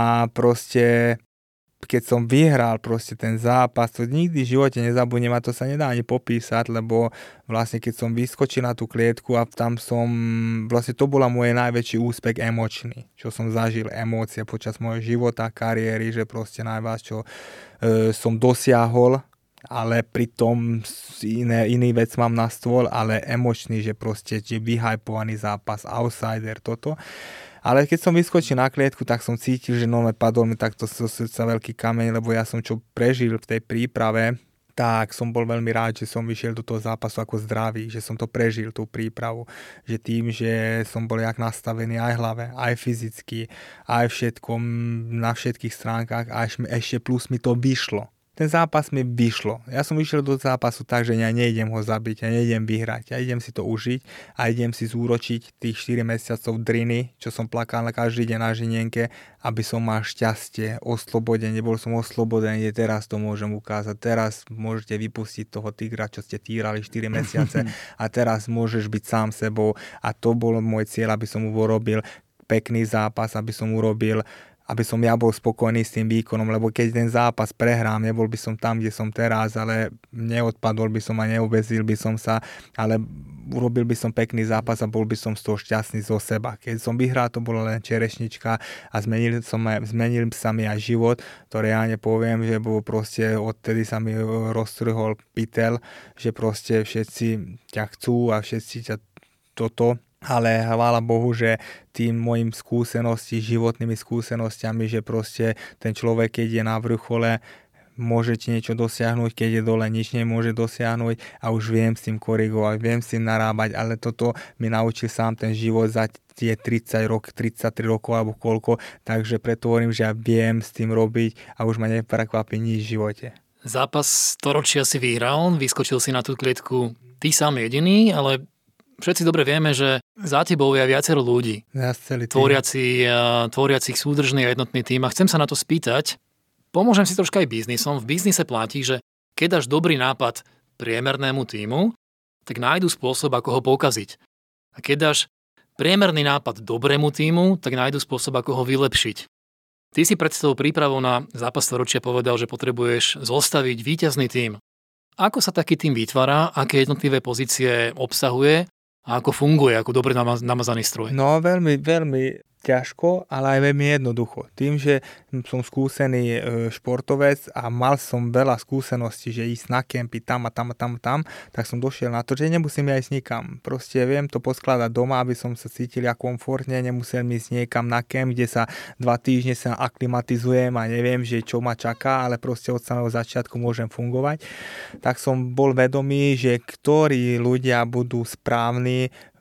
proste keď som vyhral proste ten zápas, to nikdy v živote nezabudnem a to sa nedá ani popísať, lebo vlastne keď som vyskočil na tú klietku a tam som, vlastne to bola môj najväčší úspech emočný, čo som zažil emócie počas môjho života, kariéry, že proste najviac, čo som dosiahol, ale pritom iný vec mám na stôl, ale emočný, že proste vyhypovaný zápas, outsider, toto. Ale keď som vyskočil na klietku, tak som cítil, že padol mi takto zo srdca veľký kameň, lebo ja som čo prežil v tej príprave, tak som bol veľmi rád, že som vyšiel do toho zápasu ako zdravý, že som to prežil, tú prípravu. Že tým, že som bol jak nastavený aj hlave, aj fyzicky, aj všetkom, na všetkých stránkach a ešte plus mi to vyšlo. Ten zápas mi vyšlo. Ja som išiel do zápasu tak, že ja nejdem ho zabiť, ja nejdem vyhrať, ja idem si to užiť a idem si zúročiť tých 4 mesiacov driny, čo som plakal na každý deň na žinienke, aby som mal šťastie, oslobodenie, bol som oslobodený, teraz to môžem ukázať, teraz môžete vypustiť toho tigra, čo ste týrali 4 mesiace a teraz môžeš byť sám sebou a to bol môj cieľ, aby som urobil pekný zápas, aby som ja bol spokojný s tým výkonom, lebo keď ten zápas prehrám, nebol by som tam, kde som teraz, ale neodpadol by som a neobezil by som sa, ale urobil by som pekný zápas a bol by som z toho šťastný zo seba. Keď som vyhral, to bola len čerešnička a zmenil sa mi aj život, to reálne poviem, že bolo proste, odtedy sa mi roztrhol pytel, že proste všetci ťa chcú a všetci ťa toto. Ale chvála Bohu, že tým mojim životnými skúsenostiami, že proste ten človek, keď je na vrchole, môže ti niečo dosiahnuť, keď je dole, nič nemôže dosiahnuť a už viem s tým korigovať, viem s tým narábať, ale toto mi naučil sám ten život za tie 33 rokov alebo koľko, takže preto hovorím, že ja viem s tým robiť a už ma neprekvapí nič v živote. Zápas storočia si vyhral, vyskočil si na tú klietku ty sám jediný, ale všetci dobre vieme, že za tebou je viacero ľudí, tvoriacich súdržný a jednotný tím. A chcem sa na to spýtať, pomôžem si troška aj biznisom. V biznise platí, že keď dáš dobrý nápad priemernému tímu, tak nájdu spôsob, ako ho pokaziť. A keď dáš priemerný nápad dobrému tímu, tak nájdu spôsob, ako ho vylepšiť. Ty si pred tou prípravou na zápas storočia povedal, že potrebuješ zostaviť víťazný tím. Ako sa taký tím vytvára, aké jednotlivé pozície obsahuje a ako funguje, ako dobre namazaný stroj? No veľmi, veľmi ťažko, ale aj veľmi jednoducho. Tým, že som skúsený športovec a mal som veľa skúseností, že ísť na kempy tam, tak som došiel na to, že nemusím ísť nikam. Proste viem to poskladať doma, aby som sa cítil komfortne, nemusel ísť niekam na kemp, kde sa 2 týždne sa aklimatizujem a neviem, že čo ma čaká, ale proste od samého začiatku môžem fungovať. Tak som bol vedomý, že ktorí ľudia budú správni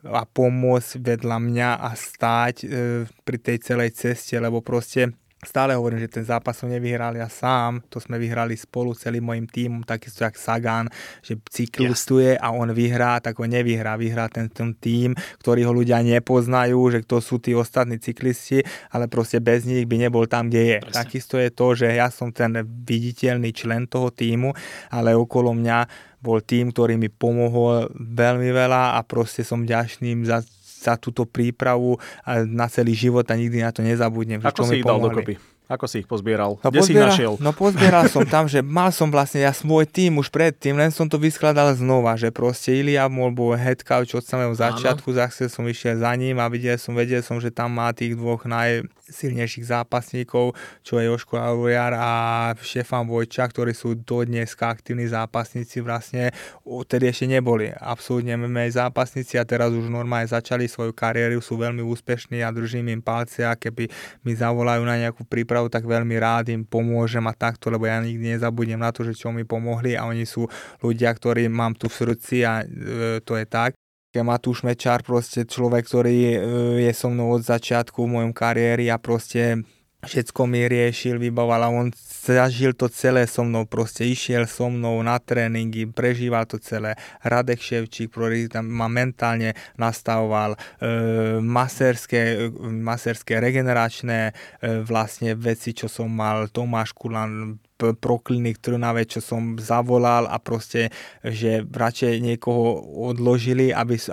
a pomôcť vedľa mňa a stáť pri tej celej ceste, lebo proste stále hovorím, že ten zápas som nevyhral ja sám, to sme vyhrali spolu celým mojim tímom, takisto jak Sagan, že cyklistuje a on vyhrá, tak ho nevyhrá, vyhrá ten tím, ktorý ho ľudia nepoznajú, že to sú tí ostatní cyklisti, ale proste bez nich by nebol tam, kde je. Presne. Takisto je to, že ja som ten viditeľný člen toho tímu, ale okolo mňa bol tím, ktorý mi pomohol veľmi veľa a proste som vďačný za túto prípravu a na celý život a nikdy na to nezabudnem. Ako si ich dal dokopy? Ako si ich pozbieral? Kde si ich našiel? No pozbieral som tam, že mal som vlastne ja svoj tím už predtým, len som to vyskladal znova, že proste Ilia bol head coach od samého začiatku, zase som išiel za ním a vedel som, že tam má tých dvoch najsilnejších zápasníkov, čo je Jožko Aujar a Štefan Vojča, ktorí sú dodneska aktívni zápasníci, vlastne odtedy ešte neboli absolútne MMA zápasníci a teraz už normálne začali svoju kariéru, sú veľmi úspešní a držím im palce a keby mi zavolajú na nejakú prípravu, tak veľmi rád im pomôžem a takto, lebo ja nikdy nezabudnem na to, že čo mi pomohli a oni sú ľudia, ktorí mám tu v srdci a to je tak. Matúš Mečár, proste človek, ktorý je so mnou od začiatku v mojom kariéri a proste všetko mi riešil, vybavoval a on zažil to celé so mnou, proste išiel so mnou na tréningy, prežíval to celé. Radek Ševčík, ktorý tam ma mentálne nastavoval, masérske regeneračné vlastne veci, čo som mal, Tomáš Kulan, Proklinik Trnave, čo som zavolal a proste, že radšej niekoho odložili,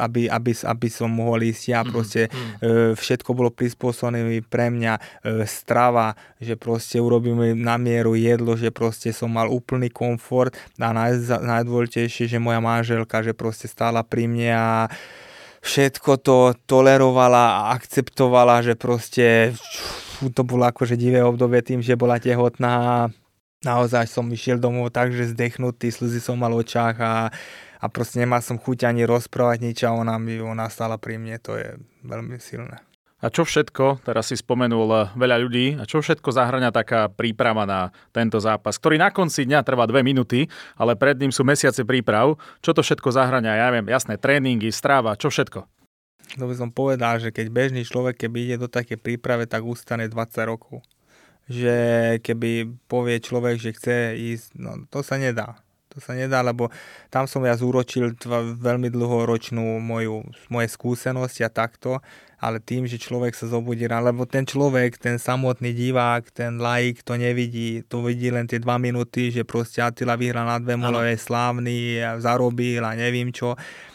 aby som mohol ísť ja. Proste všetko bolo prispôsobené pre mňa, strava, že proste urobíme na mieru jedlo, že proste som mal úplný komfort a najdôležitejšie, že moja manželka, že proste stála pri mne a všetko to tolerovala a akceptovala, že proste to bolo akože divé obdobie tým, že bola tehotná. Naozaj som išiel domov tak, že zdechnutý, slzy som mal v očách a proste nemal som chuť ani rozprávať nič a ona stála pri mne, to je veľmi silné. A čo všetko, teraz si spomenul veľa ľudí, a čo všetko zahŕňa taká príprava na tento zápas, ktorý na konci dňa trvá 2 minúty, ale pred ním sú mesiace príprav. Čo to všetko zahŕňa? Ja viem, jasné, tréningy, strava, čo všetko? To by som povedal, že keď bežný človek, keby ide do také príprave, tak ustane 20 rokov. Že keby povie človek, že chce ísť, no to sa nedá. To sa nedá, lebo tam som ja zúročil veľmi dlhoročnú moje skúsenosti a takto, ale tým, že človek sa zobudí ráno, lebo ten človek, ten samotný divák, ten laik to nevidí, to vidí len tie 2 minúty, že proste Attila vyhral na 2 molové, je slávny, zarobil a neviem čo,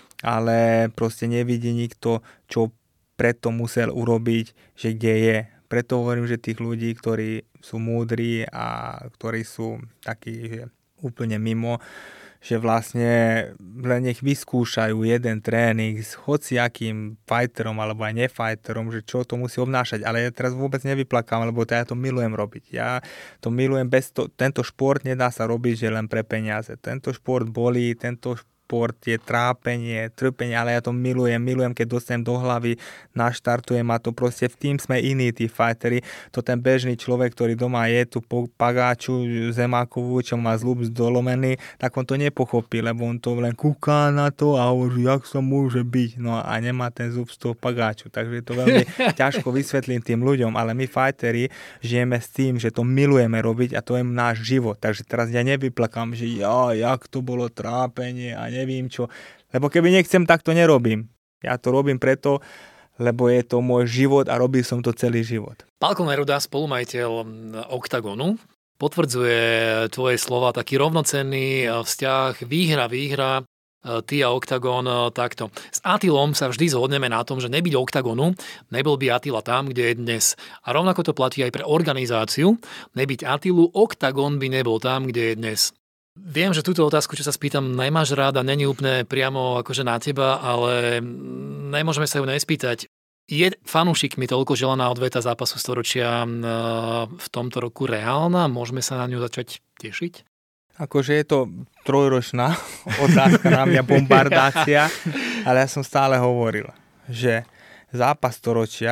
ale proste nevidí nikto, čo preto musel urobiť, že kde je. Preto hovorím, že tých ľudí, ktorí sú múdri a ktorí sú takí, že úplne mimo, že vlastne len nech vyskúšajú jeden tréning s hociakým fighterom alebo aj nefighterom, že čo to musí obnášať. Ale ja teraz vôbec nevyplakám, lebo ja to milujem robiť. Ja to milujem tento šport nedá sa robiť, že len pre peniaze. Tento šport bolí, tento šport je trápenie, trpenie, ale ja to milujem, keď dostanem do hlavy, naštartujem a to proste v tým sme iní, tí fighteri. To ten bežný človek, ktorý doma je tú pagáču zemákovú, čo má zlúb zdolomený, tak on to nepochopí, lebo on to len kúká na to a hovorí, jak sa môže byť, no a nemá ten zub z toho pagáču. Takže to veľmi ťažko vysvetlím tým ľuďom, ale my fighteri žijeme s tým, že to milujeme robiť a to je náš život. Takže teraz ja nevyplakám, že jak to bolo trápenie a neviem čo, lebo keby nechcem, tak to nerobím. Ja to robím preto, lebo je to môj život a robil som to celý život. Pálko Neruda, spolumajiteľ Oktagonu, potvrdzuje tvoje slova, taký rovnocenný vzťah, výhra, ty a Oktagon takto. S Attilom sa vždy zhodneme na tom, že nebyť Oktagonu, nebol by Attila tam, kde je dnes. A rovnako to platí aj pre organizáciu. Nebyť Attilu, Oktagon by nebol tam, kde je dnes. Viem, že túto otázku, čo sa spýtam, nemáš rád a není úplne priamo akože na teba, ale nemôžeme sa ju nespýtať. Je fanúšikmi toľko želaná odveta zápasu storočia v tomto roku reálna? Môžeme sa na ňu začať tešiť? Akože je to trojročná otázka na mňa, bombardácia, ale ja som stále hovoril, že zápas storočia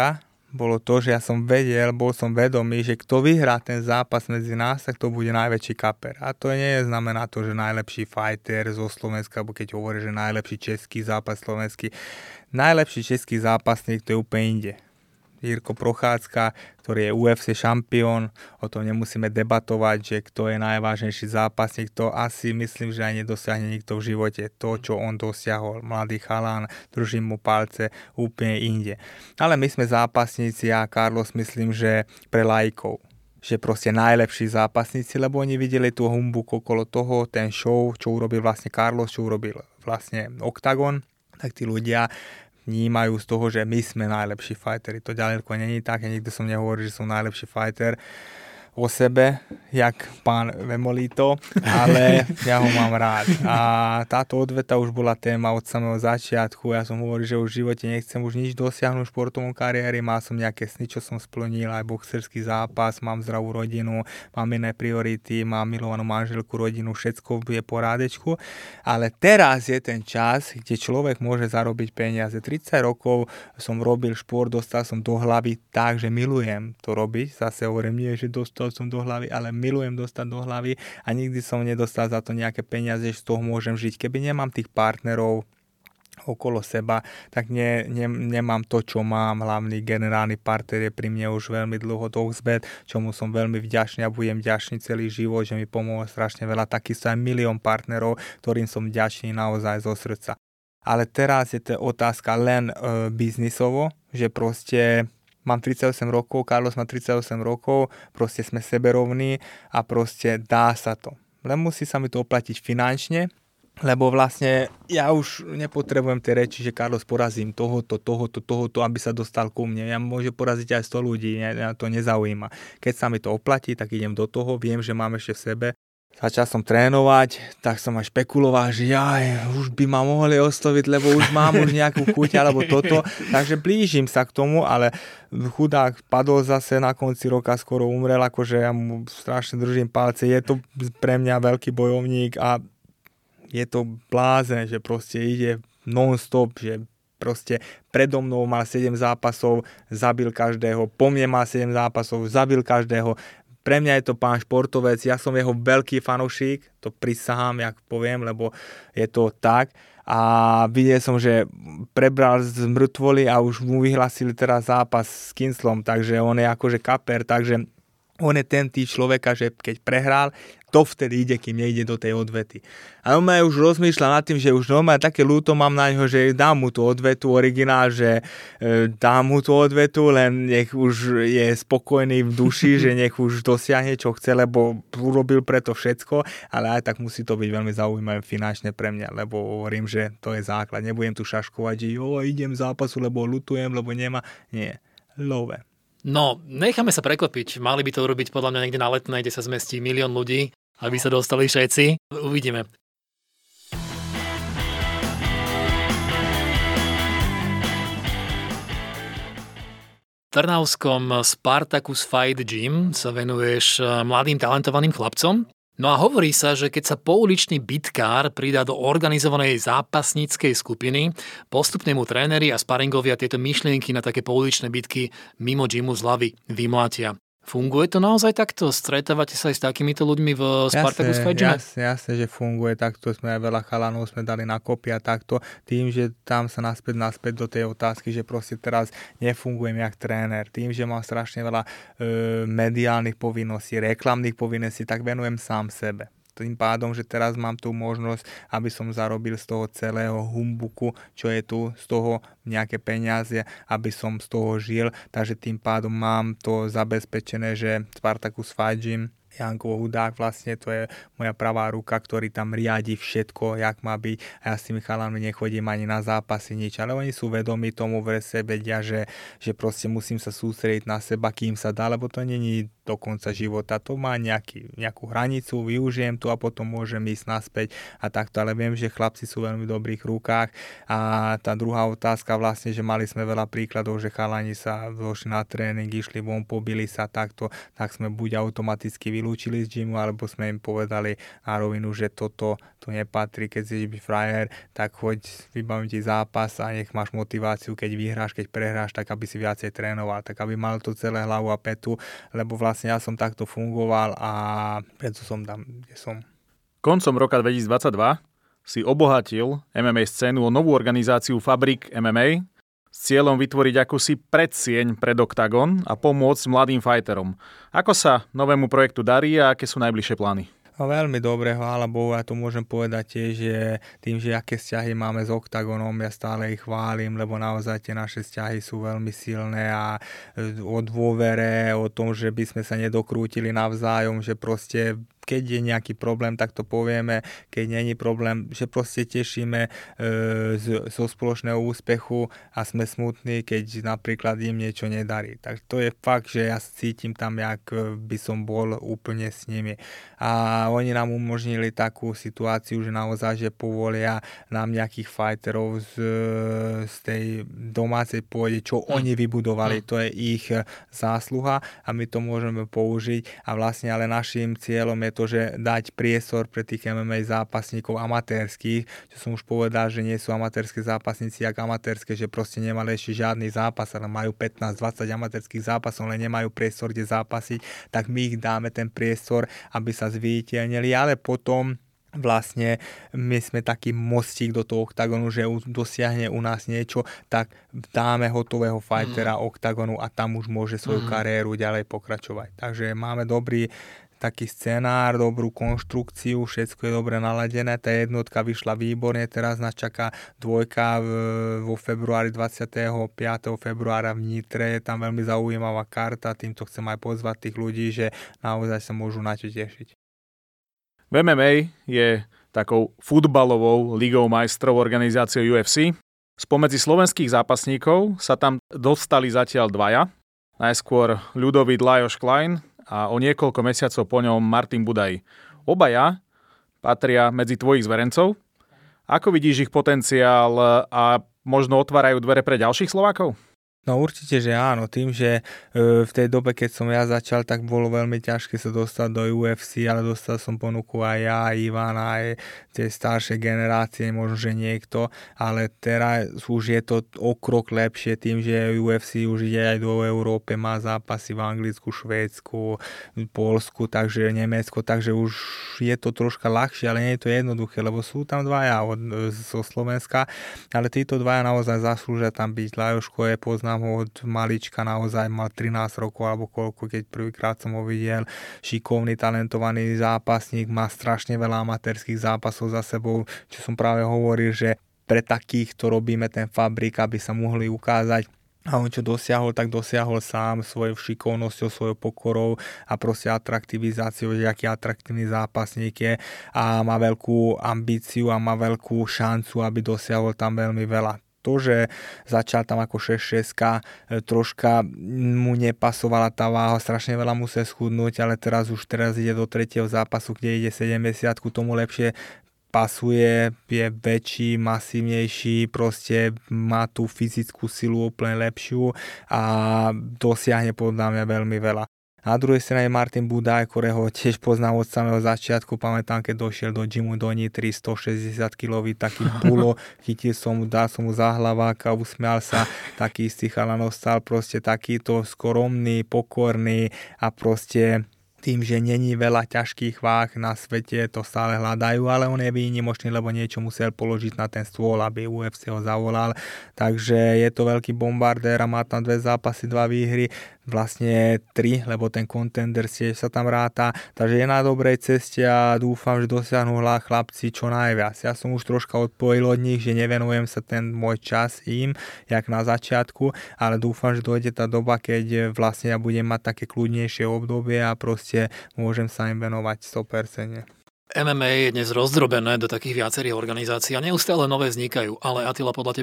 bolo to, že ja som bol som vedomý, že kto vyhrá ten zápas medzi nás, tak to bude najväčší kaper. A to nie znamená to, že najlepší fighter zo Slovenska, alebo keď hovorí, že najlepší český zápas slovenský. Najlepší český zápasník to je úplne inde. Jirko Prochádzka, ktorý je UFC šampión, o tom nemusíme debatovať, že kto je najvážnejší zápasník, to asi myslím, že aj nedosiahne nikto v živote. To, čo on dosiahol, mladý chalán, držím mu palce úplne inde. Ale my sme zápasníci a Carlos myslím, že pre laikov. Že proste najlepší zápasníci, lebo oni videli tú humbuk okolo toho, ten show, čo urobil vlastne Carlos, čo urobil vlastne Octagon, tak tí ľudia vnímajú z toho, že my sme najlepší fighteri. To ďaleko není tak, ja nikdy som nehovoril, že som najlepší fighter o sebe, jak pán Vemolito, ale ja ho mám rád. A táto odveta už bola téma od samého začiatku. Ja som hovoril, že už v živote nechcem už nič dosiahnuť v športovom kariéri. Mal som nejaké sny, čo som splnil, aj boxerský zápas, mám zdravú rodinu, mám iné priority, mám milovanú manželku, rodinu, všetko je po rádečku. Ale teraz je ten čas, kde človek môže zarobiť peniaze. 30 rokov som robil šport, dostal som do hlavy tak, že milujem to robiť. Zase hovorím, nie, že dostal som do hlavy, ale milujem dostať do hlavy a nikdy som nedostal za to nejaké peniaze, že z toho môžem žiť. Keby nemám tých partnerov okolo seba, tak nemám to, čo mám. Hlavný generálny partner je pri mne už veľmi dlho, Doxbet, čomu som veľmi vďačný a budem vďačný celý život, že mi pomohol strašne veľa. Takisto aj milión partnerov, ktorým som vďačný naozaj zo srdca. Ale teraz je to otázka len biznisovo, že proste mám 38 rokov, Carlos má 38 rokov, proste sme seberovní a proste dá sa to. Len musí sa mi to oplatiť finančne, lebo vlastne ja už nepotrebujem tie reči, že Carlos porazím tohoto, aby sa dostal ku mne. Ja môžem poraziť aj 100 ľudí, mňa to nezaujíma. Keď sa mi to oplatí, tak idem do toho, viem, že mám ešte v sebe. Začal som trénovať, tak som aj špekuloval, že už by ma mohli osloviť, lebo už mám nejakú chuť alebo toto. Takže blížim sa k tomu, ale chudák padol zase na konci roka, skoro umrel, akože ja mu strašne držím palce. Je to pre mňa veľký bojovník a je to blázen, že proste ide non-stop, že proste predo mnou mal 7 zápasov, zabil každého, po mne mal 7 zápasov, zabil každého. Pre mňa je to pán športovec, ja som jeho veľký fanúšik, to prisahám, jak poviem, lebo je to tak. A videl som, že prebral z mŕtvoly a už mu vyhlasili teraz zápas s Kinslom, takže on je akože kaper, takže on je ten tý človeka, že keď prehral, to vtedy ide, kým nejde do tej odvety. A on ma už rozmýšľa nad tým, že už normálne také ľúto mám na ňo, že dám mu tú odvetu originál, že dám mu tú odvetu, len nech už je spokojný v duši, že nech už dosiahne, čo chce, lebo urobil preto všetko, ale aj tak musí to byť veľmi zaujímavé finančne pre mňa, lebo hovorím, že to je základ. Nebudem tu šaškovať, že idem v zápasu, lebo ľutujem, lebo nemá. Nie, love. No, necháme sa prekvapiť. Mali by to urobiť podľa mňa niekde na Letnej, kde sa zmestí 1 000 000 ľudí, aby sa dostali všetci. Uvidíme. V trnavskom Spartacus Fight Gym sa venuješ mladým talentovaným chlapcom. No a hovorí sa, že keď sa pouličný bitkár pridá do organizovanej zápasníckej skupiny, postupne mu tréneri a sparingovia tieto myšlienky na také pouličné bitky mimo gymu z hlavy vymlátia. Funguje to naozaj takto? Stretávate sa aj s takýmito ľuďmi v Spartacus Fight Gyme? Jasne, že funguje takto. Sme aj veľa chalanov sme dali na kopy a takto. Tým, že tam sa naspäť do tej otázky, že proste teraz nefungujem jak tréner. Tým, že mám strašne veľa mediálnych povinností, reklamných povinností, tak venujem sám sebe. Tým pádom, že teraz mám tú možnosť, aby som zarobil z toho celého humbuku, čo je tu, z toho nejaké peniaze, aby som z toho žil. Takže tým pádom mám to zabezpečené, že Spartacus Fight Gym, Janko Hudák vlastne, to je moja pravá ruka, ktorý tam riadi všetko, jak má byť. A ja s tými chalami nechodím ani na zápasy, nič. Ale oni sú vedomí tomu, vedia, že proste musím sa sústrediť na seba, kým sa dá, lebo to není do konca života. To má nejakú hranicu, využijem tu a potom môžem ísť naspäť a takto, ale viem, že chlapci sú veľmi v dobrých rukách. A tá druhá otázka vlastne, že mali sme veľa príkladov, že chalani sa došli na tréning, išli von, pobili sa takto, tak sme buď automaticky vylúčili z gymu, alebo sme im povedali na rovinu, že toto tu nepatrí, keď chceš byť frajer, tak choď, vybavím ti zápas a nech máš motiváciu, keď vyhráš, keď prehráš, tak aby si viacej trénoval, tak aby mal to celé hlavu a petu, lebo vlastne ja som takto fungoval a preto som tam, kde som. Koncom roka 2022 si obohatil MMA scénu o novú organizáciu Fabrik MMA s cieľom vytvoriť akúsi predsieň pred Octagon a pomôcť mladým fighterom. Ako sa novému projektu darí a aké sú najbližšie plány? No, veľmi dobre, chvála Bohu, ja to môžem povedať tiež, že tým, že aké vzťahy máme s Octagonom, ja stále ich chválim, lebo naozaj tie naše vzťahy sú veľmi silné a o dôvere, o tom, že by sme sa nedokrútili navzájom, že proste keď je nejaký problém, tak to povieme, keď nie je problém, že proste tešíme zo spoločného úspechu a sme smutní, keď napríklad im niečo nedarí. Tak to je fakt, že ja cítim tam, jak by som bol úplne s nimi. A oni nám umožnili takú situáciu, že naozaj, že povolia nám nejakých fighterov z tej domácej pôde, čo oni vybudovali, to je ich zásluha a my to môžeme použiť a vlastne ale našim cieľom je to, že dať priestor pre tých MMA zápasníkov amatérskych, čo som už povedal, že nie sú amatérske zápasníci jak amatérske, že proste nemali ešte žiadny zápas, ale majú 15-20 amatérskych zápasov, ale nemajú priestor, kde zápasiť, tak my ich dáme ten priestor, aby sa zviditeľnili, ale potom vlastne my sme taký mostík do toho Octagonu, že dosiahne u nás niečo, tak dáme hotového fightera Octagonu a tam už môže svoju kariéru ďalej pokračovať. Takže máme dobrý taký scenár, dobrú konštrukciu, všetko je dobre naladené, tá jednotka vyšla výborne, teraz nás čaká dvojka vo februári, 25. februára v Nitre, je tam veľmi zaujímavá karta, týmto chcem aj pozvať tých ľudí, že naozaj sa môžu na čo tešiť. V MMA je takou futbalovou ligou majstrov organizáciou UFC. Spomedzi slovenských zápasníkov sa tam dostali zatiaľ dvaja, najskôr Ľudovít Lajos Klein a o niekoľko mesiacov po ňom Martin Budaj. Obaja patria medzi tvojich zverencov. Ako vidíš ich potenciál a možno otvárajú dvere pre ďalších Slovákov? No určite, že áno. Tým, že v tej dobe, keď som ja začal, tak bolo veľmi ťažké sa dostať do UFC, ale dostal som ponuku aj ja, aj Ivan, aj tie staršie generácie, možno, že niekto, ale teraz už je to o krok lepšie tým, že UFC už ide aj do Európy, má zápasy v Anglicku, Švédsku, Poľsku, takže Nemecko, takže už je to troška ľahšie, ale nie je to jednoduché, lebo sú tam dvaja zo Slovenska, ale títo dvaja naozaj zaslúžia tam byť. Lajoško je, poznám ho od malička, naozaj mal 13 rokov alebo koľko, keď prvýkrát som ho videl. Šikovný, talentovaný zápasník, má strašne veľa amatérskych zápasov za sebou, čo som práve hovoril, že pre takýchto robíme ten Fabrik, aby sa mohli ukázať. A on čo dosiahol, tak dosiahol sám svojou šikovnosťou, svojou pokorou a proste atraktivizáciou, že aký atraktívny zápasník je a má veľkú ambíciu a má veľkú šancu, aby dosiahol tam veľmi veľa. To, že začal tam ako 6-6, troška mu nepasovala tá váha, strašne veľa musel schudnúť, ale teraz ide do tretieho zápasu, kde ide 70, tomu lepšie pasuje, je väčší, masívnejší, proste má tú fyzickú silu úplne lepšiu a dosiahne podľa mňa veľmi veľa. Na druhej strane Martin Budaj, ktorého tiež poznám od samého začiatku, pamätám, keď došiel do gymu do Nitry, 160 kg, taký bulo, chytil som mu, dal som mu za hlavák a usmial sa, taký istý chalan ostal, proste takýto skromný, pokorný a proste tým, že není veľa ťažkých váh na svete, to stále hľadajú, ale on je výnimočný, lebo niečo musel položiť na ten stôl, aby UFC ho zavolal. Takže je to veľký bombardér a má tam 2 zápasy, 2 výhry, vlastne 3, lebo ten contender sa tam ráta. Takže je na dobrej ceste a dúfam, že dosiahnu chlapci čo najviac. Ja som už troška odpojil od nich, že nevenujem sa ten môj čas im, jak na začiatku, ale dúfam, že dojde tá doba, keď vlastne ja budem mať také kľudnejšie obdobie a proste môžem sa im venovať 100%. MMA je dnes rozdrobené do takých viacerých organizácií a neustále nové vznikajú. Ale Attila, podľa teba,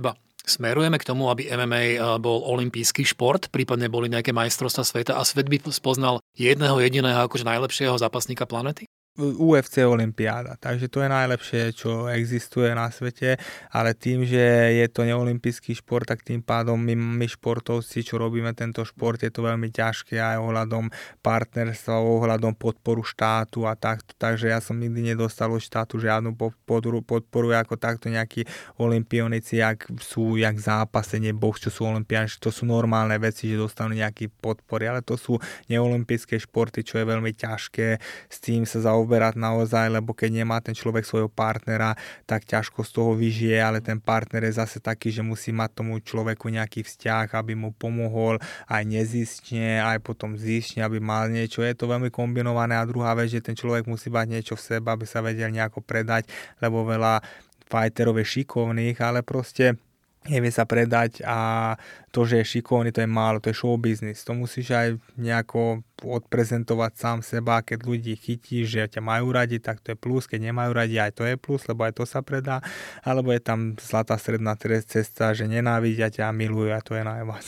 Smerujeme k tomu, aby MMA bol olympijský šport, prípadne boli nejaké majstrovstvá sveta a svet by spoznal jedného jediného akože najlepšieho zápasníka planety? UFC olympiáda, takže to je najlepšie, čo existuje na svete, ale tým, že je to neolympijský šport, tak tým pádom my športovci, čo robíme tento šport, je to veľmi ťažké aj ohľadom partnerstva, ohľadom podporu štátu a takto, takže ja som nikdy nedostal od štátu žiadnu podporu ako takto nejakí olympionici, jak zápasenie, box, čo sú olympiáni, to sú normálne veci, že dostanú nejaký podpory, ale to sú neolympijské športy, čo je veľmi ťažké, s tým sa zaoberať naozaj, lebo keď nemá ten človek svojho partnera, tak ťažko z toho vyžije, ale ten partner je zase taký, že musí mať tomu človeku nejaký vzťah, aby mu pomohol aj nezištne, aj potom zištne, aby mal niečo. Je to veľmi kombinované a druhá vec, že ten človek musí mať niečo v sebe, aby sa vedel nejako predať, lebo veľa fighterov je šikovných, ale proste nevie sa predať a to, že je šikovný, to je málo, to je show business. To musíš aj nejako odprezentovať sám seba, keď ľudí chytíš, že ťa majú radi, tak to je plus, keď nemajú radi, aj to je plus, lebo aj to sa predá, alebo je tam zlatá stredná cesta, že nenávidia ťa a milujú a to je najviac.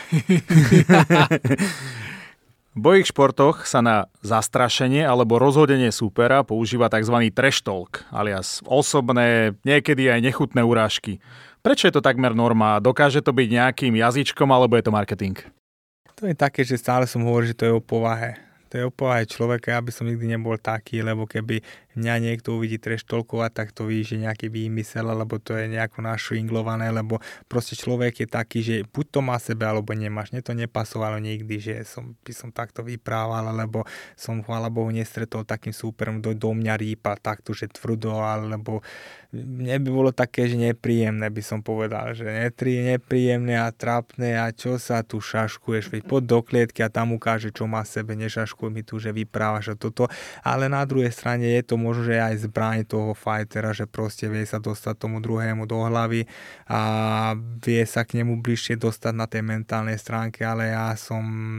V bojových športoch sa na zastrašenie alebo rozhodenie súpera používa tzv. Trash talk, alias osobné, niekedy aj nechutné urážky. Prečo je to takmer norma? Dokáže to byť nejakým jazyčkom alebo je to marketing? To je také, že stále som hovoril, že to je o povahe. To je o povahe človeka, aby som nikdy nebol taký, lebo keby mňa niekto uvidí treštolkovať, tak to ví, že nejaký výmysel, alebo to je nejako našvinglované, lebo proste človek je taký, že buď to má sebe, alebo nemáš. Mne to nepasovalo nikdy, že by som takto vyprával, alebo som, chvála Bohu, nestretol takým súperom, do mňa rýpal takto, že tvrdo, alebo mne by bolo také, že nepríjemné, by som povedal, že nepríjemné a trápne a čo sa tu šaškuješ, veď poď do klietky a tam ukáže, čo má sebe, nešaškuj mi tu, že vyprávaš a toto, ale na druhej strane je to možno, že aj zbraň toho fightera, že proste vie sa dostať tomu druhému do hlavy a vie sa k nemu bližšie dostať na tej mentálnej stránke, ale ja som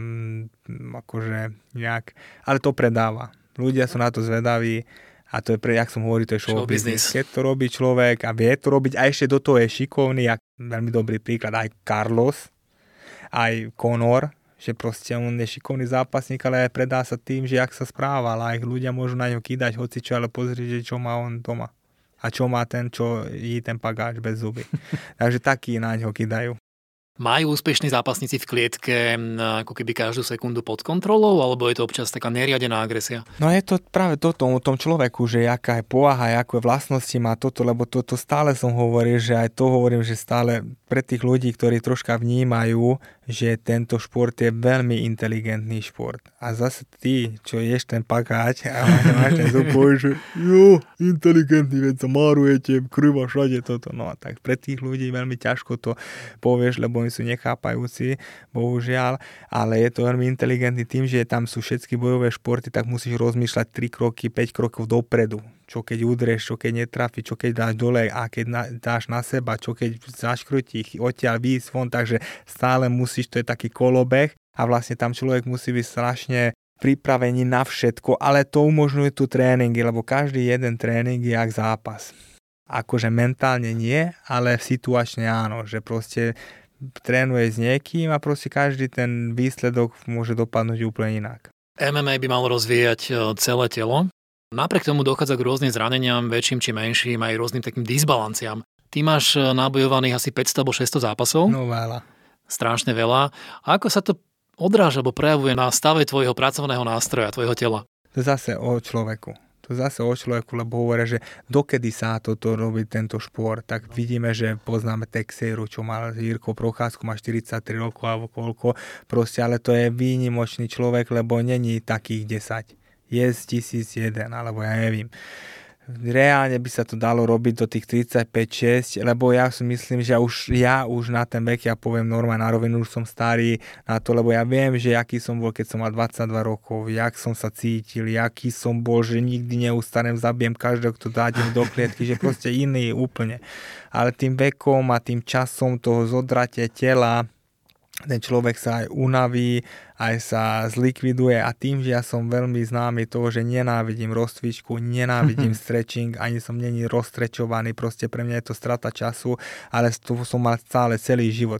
akože nejak, ale to predáva. Ľudia sú na to zvedaví a to je jak som hovoril, to je show business. Keď to robí človek a vie to robiť a ešte do toho je šikovný, veľmi dobrý príklad, aj Carlos, aj Conor, že proste on je šikovný zápasník, ale predá sa tým, že jak sa správal a ich ľudia môžu na ňo kýdať hocičo, ale pozri, že čo má on doma. A čo má ten, čo jí ten pagáč bez zuby. Takže takí na ňo kýdajú. Majú úspešní zápasníci v klietke ako keby každú sekundu pod kontrolou, alebo je to občas taká neriadená agresia? No je to práve toto o tom človeku, že aká je povaha, aké vlastnosti má toto, lebo toto stále som hovoril, že aj to hovorím, že stále pre tých ľudí, ktorí troška vnímajú, že tento šport je veľmi inteligentný šport. A zase ty, čo ješ ten pakáč a máš ten zub, že jo, inteligentný, veď sa márujete, krva všade toto. No a tak pre tých ľudí veľmi ťažko to povieš, lebo oni sú nechápajúci, bohužiaľ, ale je to veľmi inteligentný tým, že tam sú všetky bojové športy, tak musíš rozmýšľať 3 kroky, 5 krokov dopredu. Čo keď udrieš, čo keď netrafi, čo keď dáš dole a keď dáš na seba, čo keď zaškrutí, odtiaľ výjsť von, takže stále musíš, to je taký kolobeh a vlastne tam človek musí byť strašne pripravený na všetko, ale to umožňuje tu tréningy, lebo každý jeden tréning je jak zápas. Akože mentálne nie, ale situačne áno, že proste trénuje s niekým a proste každý ten výsledok môže dopadnúť úplne inak. MMA by malo rozvíjať celé telo. Napriek tomu dochádza k rôznym zraneniam, väčším či menším, aj rôznym takým disbalanciám. Ty máš nabojovaných asi 500 alebo 600 zápasov. No veľa. Strašne veľa. A ako sa to odráža alebo prejavuje na stave tvojho pracovného nástroja, tvojho tela? To zase o človeku. Lebo hovoria, že dokedy sa toto robí tento šport, tak vidíme, že poznáme Texeiru, čo mal Jirko Procházku, má 43 rokov alebo koľko, proste, ale to je výnimočný človek, lebo není takých 10. Je z 1001, alebo ja neviem. Reálne by sa to dalo robiť do tých 35-6, lebo ja si myslím, že ja už na ten vek, ja poviem normálne na rovinu, už som starý na to, lebo ja viem, že aký som bol, keď som mal 22 rokov, jak som sa cítil, aký som bol, že nikdy neustanem, zabijem každého, kto dádim do klietky, že proste iný úplne. Ale tým vekom a tým časom toho zodratia tela ten človek sa aj unaví, aj sa zlikviduje a tým, že ja som veľmi známy toho, že nenávidím rozcvičku, nenávidím stretching, ani som není rozstrečovaný, proste pre mňa je to strata času, ale to som mal stále celý život.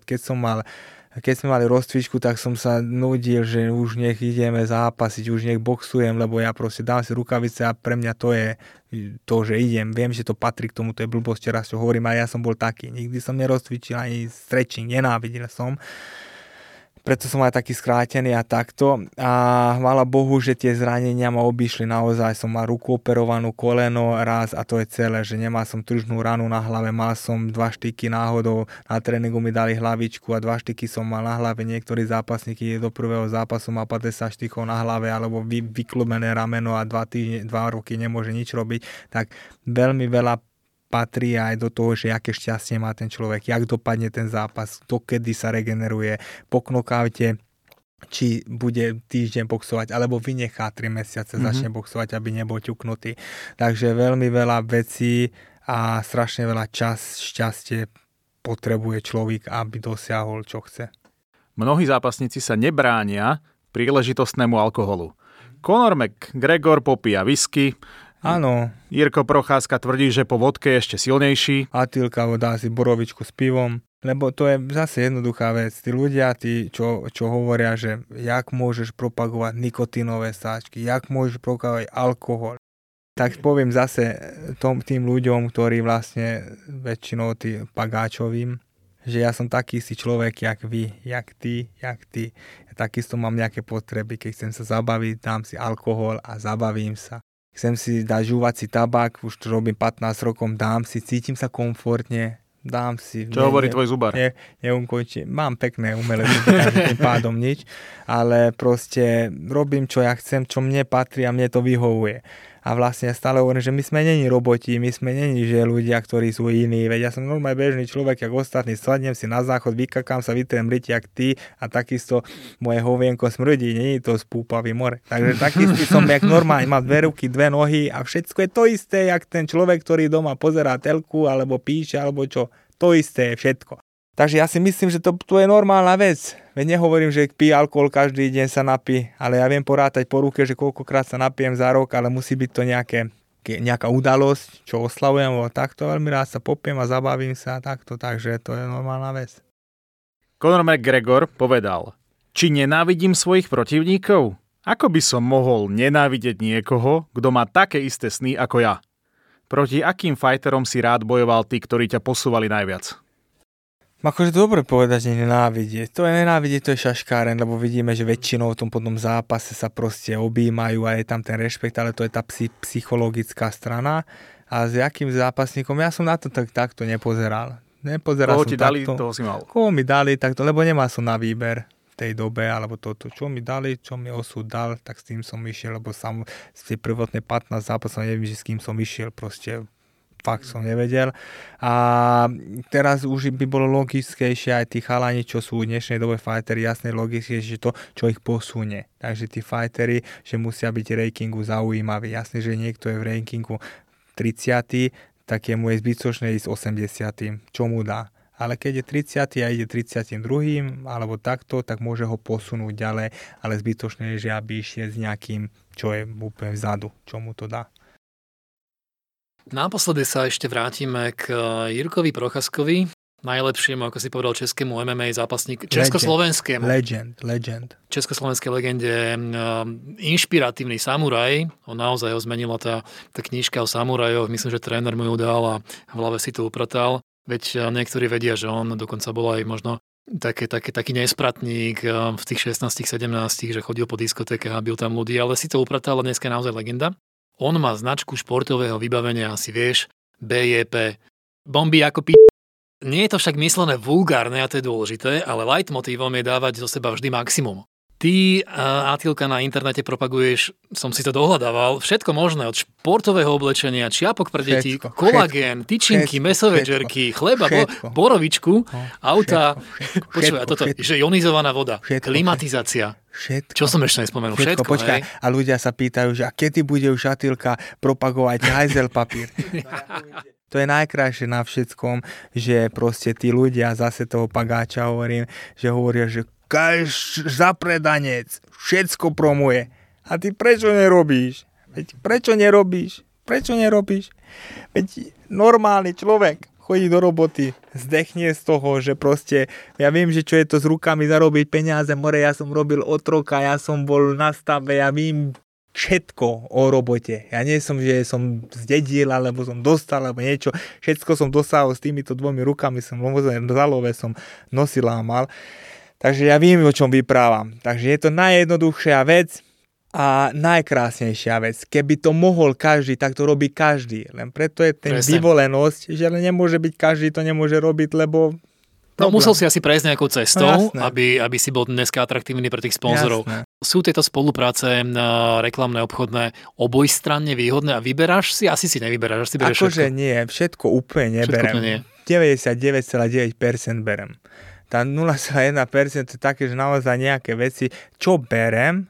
Keď sme mali rozcvičku, tak som sa nudil, že už nech ideme zápasiť, už nech boxujem, lebo ja proste dám si rukavice a pre mňa to je to, že idem. Viem, že to patrí k tomu, to je blbosť, raz čo hovorím, ale ja som bol taký. Nikdy som nerozcvičil ani stretching, nenávidel som. Preto som aj taký skrátený a takto. A chvála Bohu, že tie zranenia ma obišli naozaj. Som mal ruku operovanú, koleno raz a to je celé, že nemal som tržnú ranu na hlave, mal som 2 štyky náhodou, na tréningu mi dali hlavičku a 2 štyky som mal na hlave. Niektorí zápasníky do prvého zápasu má 50 štykov na hlave alebo vyklubené rameno a 2 roky nemôže nič robiť. Tak veľmi veľa patrí aj do toho, že aké šťastie má ten človek, jak dopadne ten zápas, dokedy sa regeneruje, po knockoute, či bude týždeň boxovať, alebo vynechá 3 mesiace, začne boxovať, aby nebol ťuknutý. Takže veľmi veľa vecí a strašne veľa šťastie potrebuje človek, aby dosiahol, čo chce. Mnohí zápasníci sa nebránia príležitostnému alkoholu. Conor McGregor popíja whisky, áno. Jirko Procházka tvrdí, že po vodke je ešte silnejší. Attilka dá si borovičku s pivom, lebo to je zase jednoduchá vec. Tí ľudia, čo hovoria, že jak môžeš propagovať nikotínové sáčky, jak môžeš propagovať alkohol. Tak poviem zase tým ľuďom, ktorí vlastne väčšinou tí pagáčovým, že ja som taký si človek, jak vy, jak ty. Ja takisto mám nejaké potreby, keď chcem sa zabaviť, dám si alkohol a zabavím sa. Chcem si dať žúvací tabak, už to robím 15 rokov, dám si, cítim sa komfortne, dám si. Čo hovorí tvoj zubar? Mám pekné umelé zuby, takže tým pádom nič, ale proste robím, čo ja chcem, čo mne patrí a mne to vyhovuje. A vlastne stále hovorím, že my sme neni roboti, my sme neni, že ľudia, ktorí sú iní. Veď ja som normálne bežný človek, jak ostatní, sadnem si na záchod, vykakám sa, vytriem ryti, jak ty a takisto moje hovienko smrdí, nie je to spúpavý more. Takže takistý som, jak normálne, mám 2 ruky, 2 nohy a všetko je to isté, jak ten človek, ktorý doma pozerá telku, alebo píše, alebo čo. To isté je všetko. Takže ja si myslím, že to je normálna vec. Veď nehovorím, že pí alkohol každý deň sa napí, ale ja viem porátať po ruke, že koľkokrát sa napijem za rok, ale musí byť to nejaká udalosť, čo oslavujem, alebo takto veľmi rád sa popiem a zabavím sa takto, takže to je normálna vec. Conor McGregor povedal, či nenávidím svojich protivníkov? Ako by som mohol nenávidieť niekoho, kto má také isté sny ako ja? Proti akým fajterom si rád bojoval tí, ktorí ťa posúvali najviac? Akože dobre povedať, že nenávidieť. To je šaškáren, lebo vidíme, že väčšinou v tom potom zápase sa proste objímajú a je tam ten rešpekt, ale to je tá psychologická strana. A s jakým zápasníkom? Ja som na to takto nepozeral. Koho ti dali, toho si mal. Koho mi dali takto, lebo nemal som na výber v tej dobe, alebo toto, čo mi dali, čo mi osud dal, tak s tým som išiel, lebo sám z tej prvotnej 15 zápasov neviem, že s kým som išiel, proste fakt som nevedel. A teraz už by bolo logickejšie aj tí chalani, čo sú v dnešnej dobe fighteri, jasne logickejšie to, čo ich posunie. Takže tí fighteri, že musia byť v rankingu zaujímaví. Jasne, že niekto je v rankingu 30, tak jemu je zbytočné ísť 80, čo mu dá. Ale keď je 30 a ide 32, alebo takto, tak môže ho posunúť ďalej, ale zbytočné je, že aby išiel s nejakým, čo je úplne vzadu, čo mu to dá. Naposledy sa ešte vrátime k Jirkovi Procházkovi, najlepšiemu, ako si povedal, českému MMA zápasníku, československému. Legend. Československej legende, inšpiratívny samuraj. On naozaj ho zmenila tá knižka o samurajoch. Myslím, že tréner mu ju dal a v hlave si to upratal. Veď niektorí vedia, že on dokonca bol aj možno taký nespratník v tých 16-17, že chodil po diskotékach a bil tam ľudí, ale si to upratal a dneska je naozaj legenda. On má značku športového vybavenia, asi vieš, BJP. Bomby ako Nie je to však myslené vulgárne a to je dôležité, ale leitmotívom je dávať zo seba vždy maximum. Ty Ty, Atilka, na internete propaguješ, som si to dohľadával, všetko možné, od športového oblečenia, čiapok pre deti, kolagén, tyčinky, mesové džerky, chleba, borovičku, auta, počúvaj, a toto, že ionizovaná voda, klimatizácia. Všetko. Čo som ešte nespomenul? Všetko, počkaj. A ľudia sa pýtajú, že a kedy bude už Atilka propagovať hajzel papír? To je najkrajšie na všetkom, že proste tí ľudia, zase toho pagáča hovorím, že hovoria, že zapredanec, všetko promuje. A ty prečo nerobíš? Prečo nerobíš? Veď normálny človek chodí do roboty, zdechne z toho, že proste, ja viem, že čo je to s rukami zarobiť peniaze, ja som robil otroka, ja som bol na stave, ja vím všetko o robote. Ja nie som, že som zdedil, alebo som dostal, alebo niečo. Všetko som dostal s týmito 2 rukami, som zalové som nosil a mal. Takže ja viem, o čom vyprávam. Takže je to najjednoduchšia vec a najkrásnejšia vec. Keby to mohol každý, tak to robí každý. Len preto je ten vyvolenosť, že nemôže byť každý, to nemôže robiť, lebo... No musel si asi prejsť nejakou cestou, aby si bol dneska atraktívny pre tých sponzorov. Jasné. Sú tieto spolupráce reklamné, obchodné obojstranne výhodné a vyberáš si? Asi si nevyberáš, asi bereš akože všetko. Nie, všetko úplne neberem. 99,9% berem. Tá 0,1% je také, že naozaj nejaké veci, čo berem,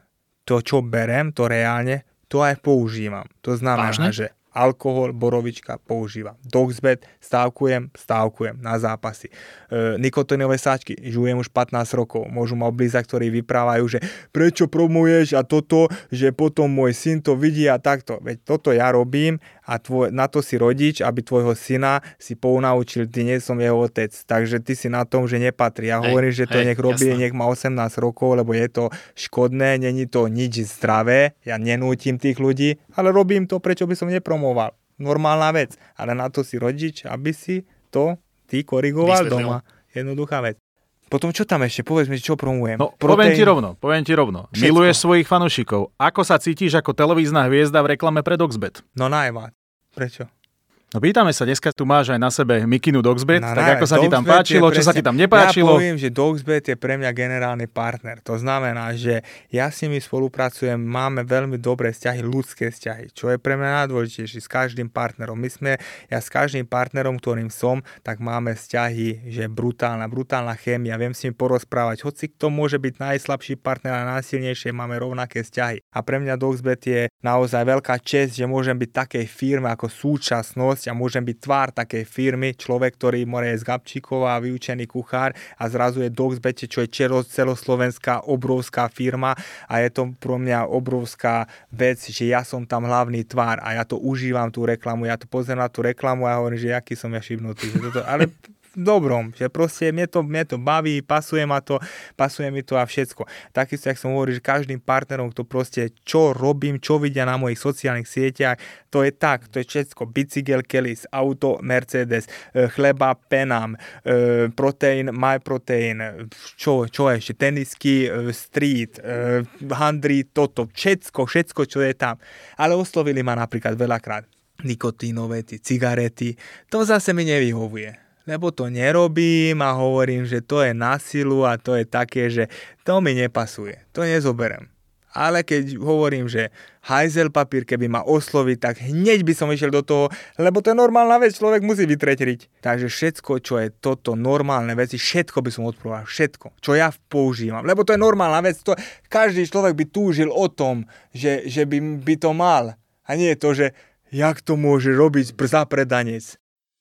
to reálne, to aj používam. To znamená, že alkohol, borovička používam. Doxbet stávkujem na zápasy. Nikotinové sáčky žujem už 15 rokov. Môžu ma oblízať, ktorí vyprávajú, že prečo promuješ a toto, že potom môj syn to vidí a takto. Veď toto ja robím a na to si rodič, aby tvojho syna si pounaučil, ty nie som jeho otec. Takže ty si na tom, že nepatrí. Ja hovorím, že to nech robí, nech má 18 rokov, lebo je to škodné, není to nič zdravé. Ja nenútim tých ľudí, ale robím to, prečo by som nepromoval. Normálna vec. Ale na to si rodič, aby si to ty korigoval doma. Jednoduchá vec. Potom čo tam ešte? Povedz mi, čo promujem. No, poviem ti rovno. Všetko. Miluješ svojich fanúšikov. Ako sa cítiš ako televízna hviezda v reklame pre Doxbet? No najviac. Prečo? No pýtame sa, dneska tu máš aj na sebe mikinu Doxbet, tak ako sa ti tam páčilo, čo sa ti tam nepáčilo? Ja poviem, že Doxbet je pre mňa generálny partner. To znamená, že ja s nimi spolupracujem, máme veľmi dobré vzťahy, ľudské vzťahy, čo je pre mňa najdôležitejšie s každým partnerom. Ja s každým partnerom, ktorým som, tak máme vzťahy, že brutálna chémia, viem s ním porozprávať. Hoci kto môže byť najslabší partner a najsilnejšie, máme rovnaké vzťahy. A pre mňa Doxbet je naozaj veľká česť, že môžem byť takej firme ako súčasnosť a môžem byť tvár takej firmy, človek, ktorý je z Gabčíkova, vyučený kuchár a zrazu je Doxbet, čo je celoslovenská obrovská firma a je to pro mňa obrovská vec, že ja som tam hlavný tvár a ja to užívam tú reklamu, ja to pozerám na tú reklamu a hovorím, že aký som ja šibnutý. Ale dobrom, že proste mne to baví, pasuje mi to a všetko. Takisto, jak som hovoril, že každým partnerom, kto proste čo robím, čo vidia na mojich sociálnych sieťach, to je všetko. Bicykel Kellys, auto Mercedes, chleba Penam, proteín, MyProtein, čo ešte, tenisky Street, handry, toto, všetko, čo je tam. Ale oslovili ma napríklad veľakrát nikotínové cigarety, to zase mi nevyhovuje. Lebo to nerobím a hovorím, že to je na silu a to je také, že to mi nepasuje. To nezoberem. Ale keď hovorím, že hajzel papír, keby ma osloviť, tak hneď by som išiel do toho, lebo to je normálna vec, človek musí vytreteriť. Takže všetko, čo je toto normálne veci, všetko by som odprúval, všetko, čo ja používam. Lebo to je normálna vec, každý človek by túžil o tom, že by to mal. A nie je to, že jak to môže robiť zapredanec.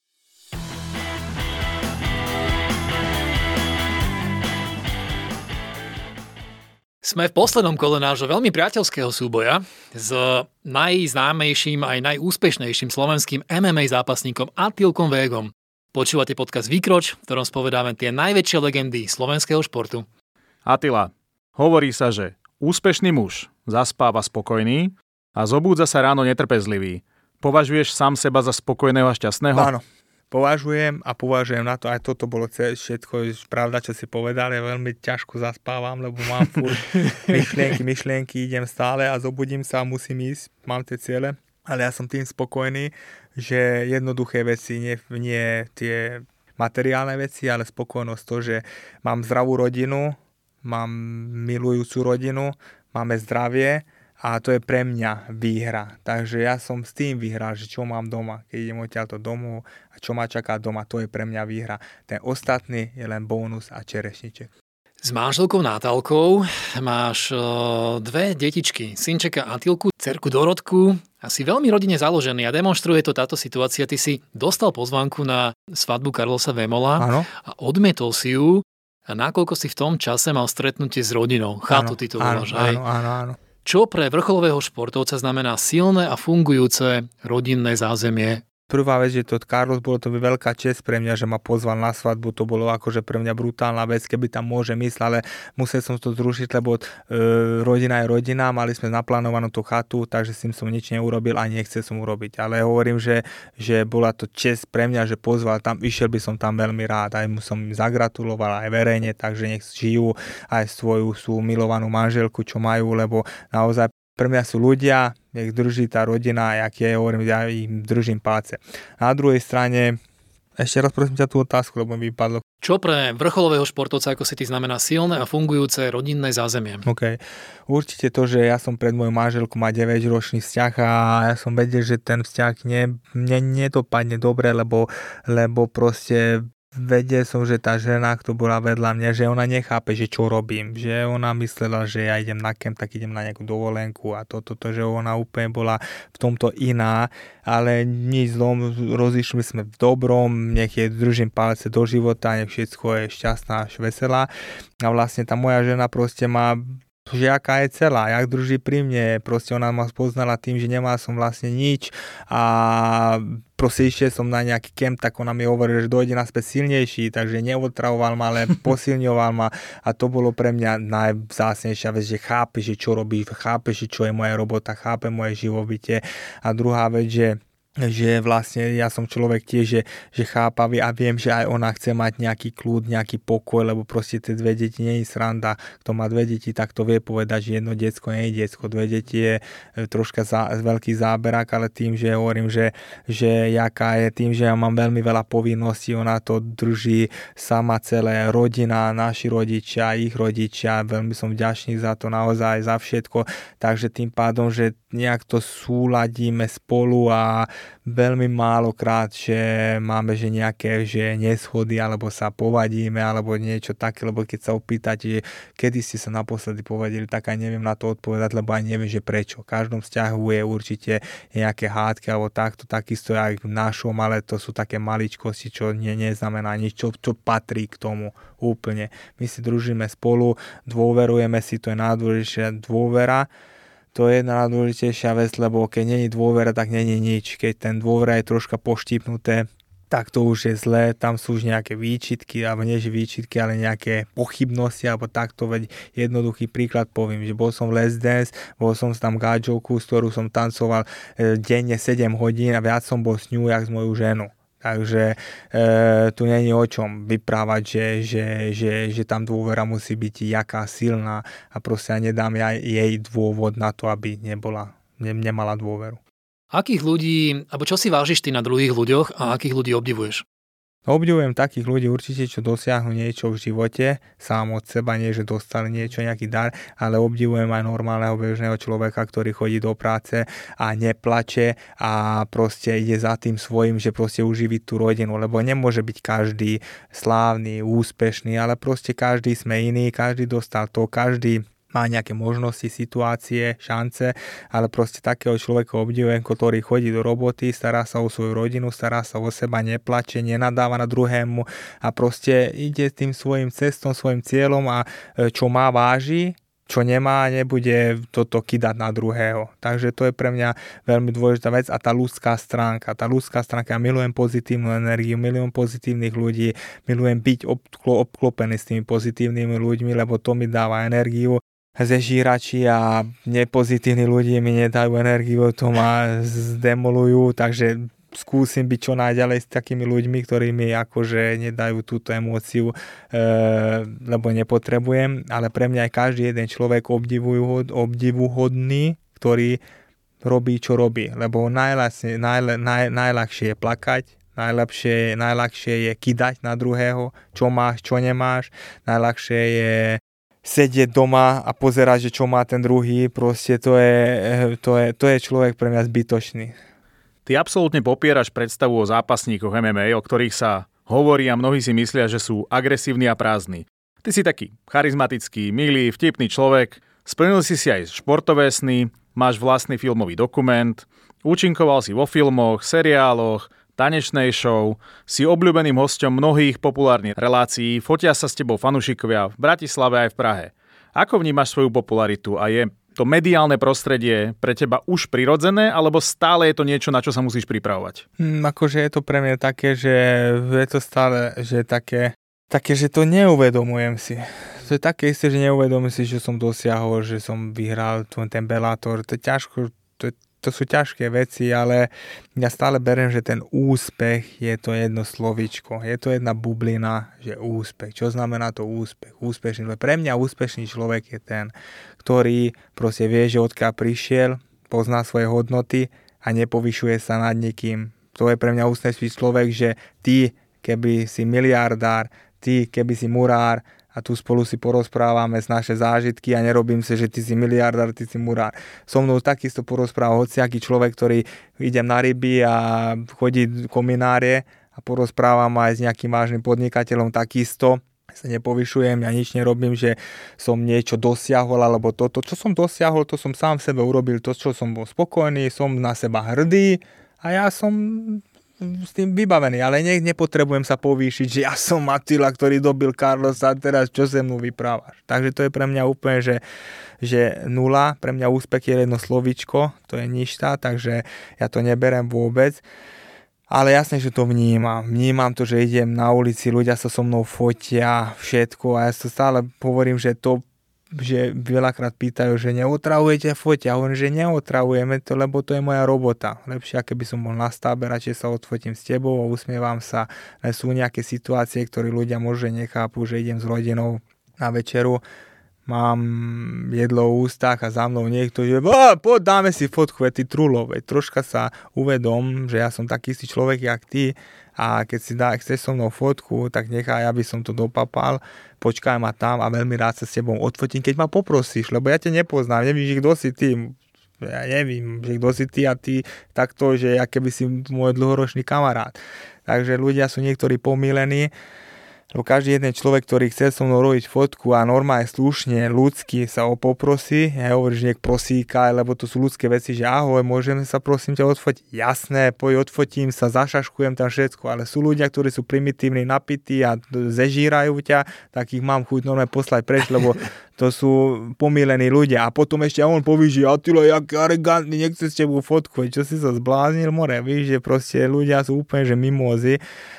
Sme v poslednom kole nášho veľmi priateľského súboja s najznámejším aj najúspešnejším slovenským MMA zápasníkom Atilkom Végom. Počúvate podcast Výkroč, v ktorom spovedáme tie najväčšie legendy slovenského športu. Atila, hovorí sa, že úspešný muž zaspáva spokojný a zobúdza sa ráno netrpezlivý. Považuješ sám seba za spokojného a šťastného? Áno. Považujem na to, aj toto bolo všetko, pravda, čo si povedal, ja veľmi ťažko zaspávam, lebo mám furt myšlienky, idem stále a zobudím sa a musím ísť, mám tie ciele, ale ja som tým spokojný, že jednoduché veci, nie tie materiálne veci, ale spokojnosť to, že mám zdravú rodinu, mám milujúcu rodinu, máme zdravie a to je pre mňa výhra. Takže ja som s tým vyhral, že čo mám doma, keď idem odtiaľto domov a čo ma čaká doma, to je pre mňa výhra. Ten ostatný je len bonus a čerešniček. S manželkou Natálkou máš dve detičky, synčeka Atilku, dcerku Dorotku a si veľmi rodine založený a demonstruje to táto situácia. Ty si dostal pozvánku na svadbu Carlosa Vémola a odmietol si ju a nakoľko si v tom čase mal stretnutie s rodinou. Chátu ty to voláš, hej? Áno. Čo pre vrcholového športovca znamená silné a fungujúce rodinné zázemie? Prvá vec, že to Carlos, bolo to veľká česť pre mňa, že ma pozval na svadbu, to bolo akože pre mňa brutálna vec, keby tam môžem ísť, ale musel som to zrušiť, lebo rodina je rodina, mali sme naplánovanú tú chatu, takže s tým som nič neurobil a nechcel som urobiť, ale hovorím, že bola to česť pre mňa, že pozval tam, išiel by som tam veľmi rád, aj mu som im zagratuloval aj verejne, takže nech žijú aj svoju milovanú manželku, čo majú, lebo naozaj pre mňa sú ľudia, nech drží tá rodina, jak ja hovorím, ja im držím palce. Na druhej strane, ešte raz prosím ťa tú otázku, lebo mi vypadlo. Čo pre vrcholového športovca, ako si ty, znamená silné a fungujúce rodinné zázemie? OK. Určite to, že ja som pred mojou manželkou má 9-ročný vzťah a ja som vedel, že ten vzťah nedopadne dobre, lebo proste vedel som, že tá žena, kto bola vedľa mňa, že ona nechápe, že čo robím. Že ona myslela, že ja idem na kemp, tak idem na nejakú dovolenku a toto, že ona úplne bola v tomto iná, ale nič zlom, rozišli sme v dobrom, nech je držím palce do života, nech všetko je šťastná až veselá. A vlastne tá moja žena proste má, že aká je celá, jak drží pri mne, proste ona ma spoznala tým, že nemal som vlastne nič a proste išiel som na nejaký kemp, tak ona mi hovorila, že dojde naspäť silnejší, takže neotravoval ma, ale posilňoval ma a to bolo pre mňa najvzácnejšia vec, že chápe, že čo robí, chápe, že čo je moja robota, chápe moje živobytie a druhá vec, že vlastne ja som človek tiež, že chápavý a viem, že aj ona chce mať nejaký kľud, nejaký pokoj, lebo proste tie dve deti nie je sranda. Kto má dve deti, tak to vie povedať, že jedno decko nie je decko. Dve deti je troška veľký záberák, ale tým, že hovorím, že jaká je tým, že ja mám veľmi veľa povinností, ona to drží sama celé, rodina, naši rodičia, ich rodičia, veľmi som vďačný za to naozaj, za všetko, takže tým pádom, že nejak to súladíme spolu a veľmi málokrát, že máme že nejaké že neschody alebo sa povadíme alebo niečo také, lebo keď sa opýtate, že kedy ste sa naposledy povadili, tak aj neviem na to odpovedať, lebo aj neviem, že prečo. V každom vzťahu je určite nejaké hádky alebo takto, takisto aj v našom, ale to sú také maličkosti, čo neznamená nič, čo patrí k tomu úplne. My si družíme spolu, dôverujeme si, to je najdôležitejšia dôvera. To je jedna najdôležitejšia vec, lebo keď není dôvera, tak není nič. Keď ten dôvera je troška poštípnuté, tak to už je zlé, tam sú už nejaké výčitky, alebo nie že výčitky, ale nejaké pochybnosti, alebo takto, veď jednoduchý príklad poviem, že bol som v Les Dance, bol som tam gáčovku, s ktorú som tancoval denne 7 hodín a viac som bol s ňou, jak s moju ženu. Takže tu není o čom vyprávať, že tam dôvera musí byť jaká silná a proste ja nedám jej dôvod na to, aby nemala dôveru. Akých ľudí, alebo čo si vážiš ty na druhých ľuďoch a akých ľudí obdivuješ? Obdivujem takých ľudí určite, čo dosiahnu niečo v živote, sám od seba, nie že dostali niečo, nejaký dar, ale obdivujem aj normálneho bežného človeka, ktorý chodí do práce a neplače a proste ide za tým svojím, že proste uživí tú rodinu, lebo nemôže byť každý slávny, úspešný, ale proste každý sme iný, každý dostal to, každý má nejaké možnosti, situácie, šance, ale proste takého človeka obdivujem, ktorý chodí do roboty, stará sa o svoju rodinu, stará sa o seba, neplače, nenadáva na druhému a proste ide tým svojim cestom, svojim cieľom a čo má váži, čo nemá, nebude toto kidať na druhého. Takže to je pre mňa veľmi dôležitá vec a tá ľudská stránka, ja milujem pozitívnu energiu, milujem pozitívnych ľudí, milujem byť obklopený s tými pozitívnymi ľuďmi, lebo to mi dáva energiu. Zežírači a nepozitívni ľudia mi nedajú energiu, to ma zdemolujú, takže skúsim byť čo najďalej s takými ľuďmi, ktorí mi akože nedajú túto emóciu, lebo nepotrebujem, ale pre mňa je každý jeden človek obdivuhodný, ktorý robí, čo robí, lebo najľahšie je plakať, najľahšie je kidať na druhého, čo máš, čo nemáš, najľahšie je sedieť doma a pozerať, že čo má ten druhý, proste to je človek pre mňa zbytočný. Ty absolútne popieraš predstavu o zápasníkoch MMA, o ktorých sa hovorí a mnohí si myslia, že sú agresívni a prázdni. Ty si taký charizmatický, milý, vtipný človek, splnil si aj športové sny, máš vlastný filmový dokument, účinkoval si vo filmoch, seriáloch, tanečnej show, si obľúbeným hosťom mnohých populárnych relácií, fotia sa s tebou fanúšikovia v Bratislave aj v Prahe. Ako vnímaš svoju popularitu a je to mediálne prostredie pre teba už prirodzené, alebo stále je to niečo, na čo sa musíš pripravovať? Akože je to pre mňa také, že je to stále, že také, že to neuvedomujem si. To je také isté, že neuvedomujem si, že som dosiahol, že som vyhral ten Bellator. To je ťažko, to sú ťažké veci, ale ja stále beriem, že ten úspech je to jedno slovíčko. Je to jedna bublina, že úspech. Čo znamená to úspech? Úspešný. Pre mňa úspešný človek je ten, ktorý proste vie, že odkiaľ prišiel, pozná svoje hodnoty a nepovyšuje sa nad nikým. To je pre mňa úspešný človek, že ty, keby si miliardár, ty, keby si murár, a tu spolu si porozprávame z naše zážitky a nerobím si, že ty si miliardár, ty si murár. So mnou takisto porozpráva hociaký človek, ktorý idem na ryby a chodí kominárie a porozprávam aj s nejakým vážnym podnikateľom takisto. Sa nepovyšujem, ja nič nerobím, že som niečo dosiahol, alebo toto, čo som dosiahol, to som sám v sebe urobil, to, čo som bol spokojný, som na seba hrdý a ja som s tým vybavený, ale nepotrebujem sa povýšiť, že ja som Attila, ktorý dobil Carlosa a teraz čo se mnou vyprávaš. Takže to je pre mňa úplne, že nula, pre mňa úspech je jedno slovíčko, to je ništa, takže ja to neberem vôbec. Ale jasne, že to vnímam. Vnímam to, že idem na ulici, ľudia sa so mnou fotia, všetko a ja sa stále hovorím, že veľakrát pýtajú, že neotravujete foť. Ja hovorím, že neotravujeme to, lebo to je moja robota. Lepšie, keby som bol na stábe, radšej sa odfotím s tebou a usmievam sa. Ale sú nejaké situácie, ktoré ľudia možno nechápu, že idem s rodinou na večeru, mám jedlo v ústach a za mnou niekto, že poď dáme si fotku, ty trulovej. Troška sa uvedom, že ja som taký istý človek, jak ty, a keď si chceš so mnou fotku, tak nechaj, aby som to dopapal, počkaj ma tam a veľmi rád sa s tebou odfotím, keď ma poprosíš, lebo ja ťa nepoznám, nevíš, kto si ty, ja nevím, že kto si ty a ty takto, že ja keby si môj dlhoročný kamarát. Takže ľudia sú niektorí pomýlení, lebo každý jeden človek, ktorý chce so mnou robiť fotku a normálne slušne, ľudsky sa ho poprosí, ja hovorím, že nech prosíka, lebo to sú ľudské veci, že ahoj, môžeme sa prosím ťa odfotiť. Jasné, odfotím sa, zašaškujem tam všetko, ale sú ľudia, ktorí sú primitívni, napití a zežírajú ťa, tak ich mám chuť normálne poslať preč, lebo to sú pomýlení ľudia. A potom ešte on povie, že Attila, jak arrogantný, nechce s tebou fotku, čo si sa zbláznil, more, víš, že proste ľudia sú úplne, že mimózy.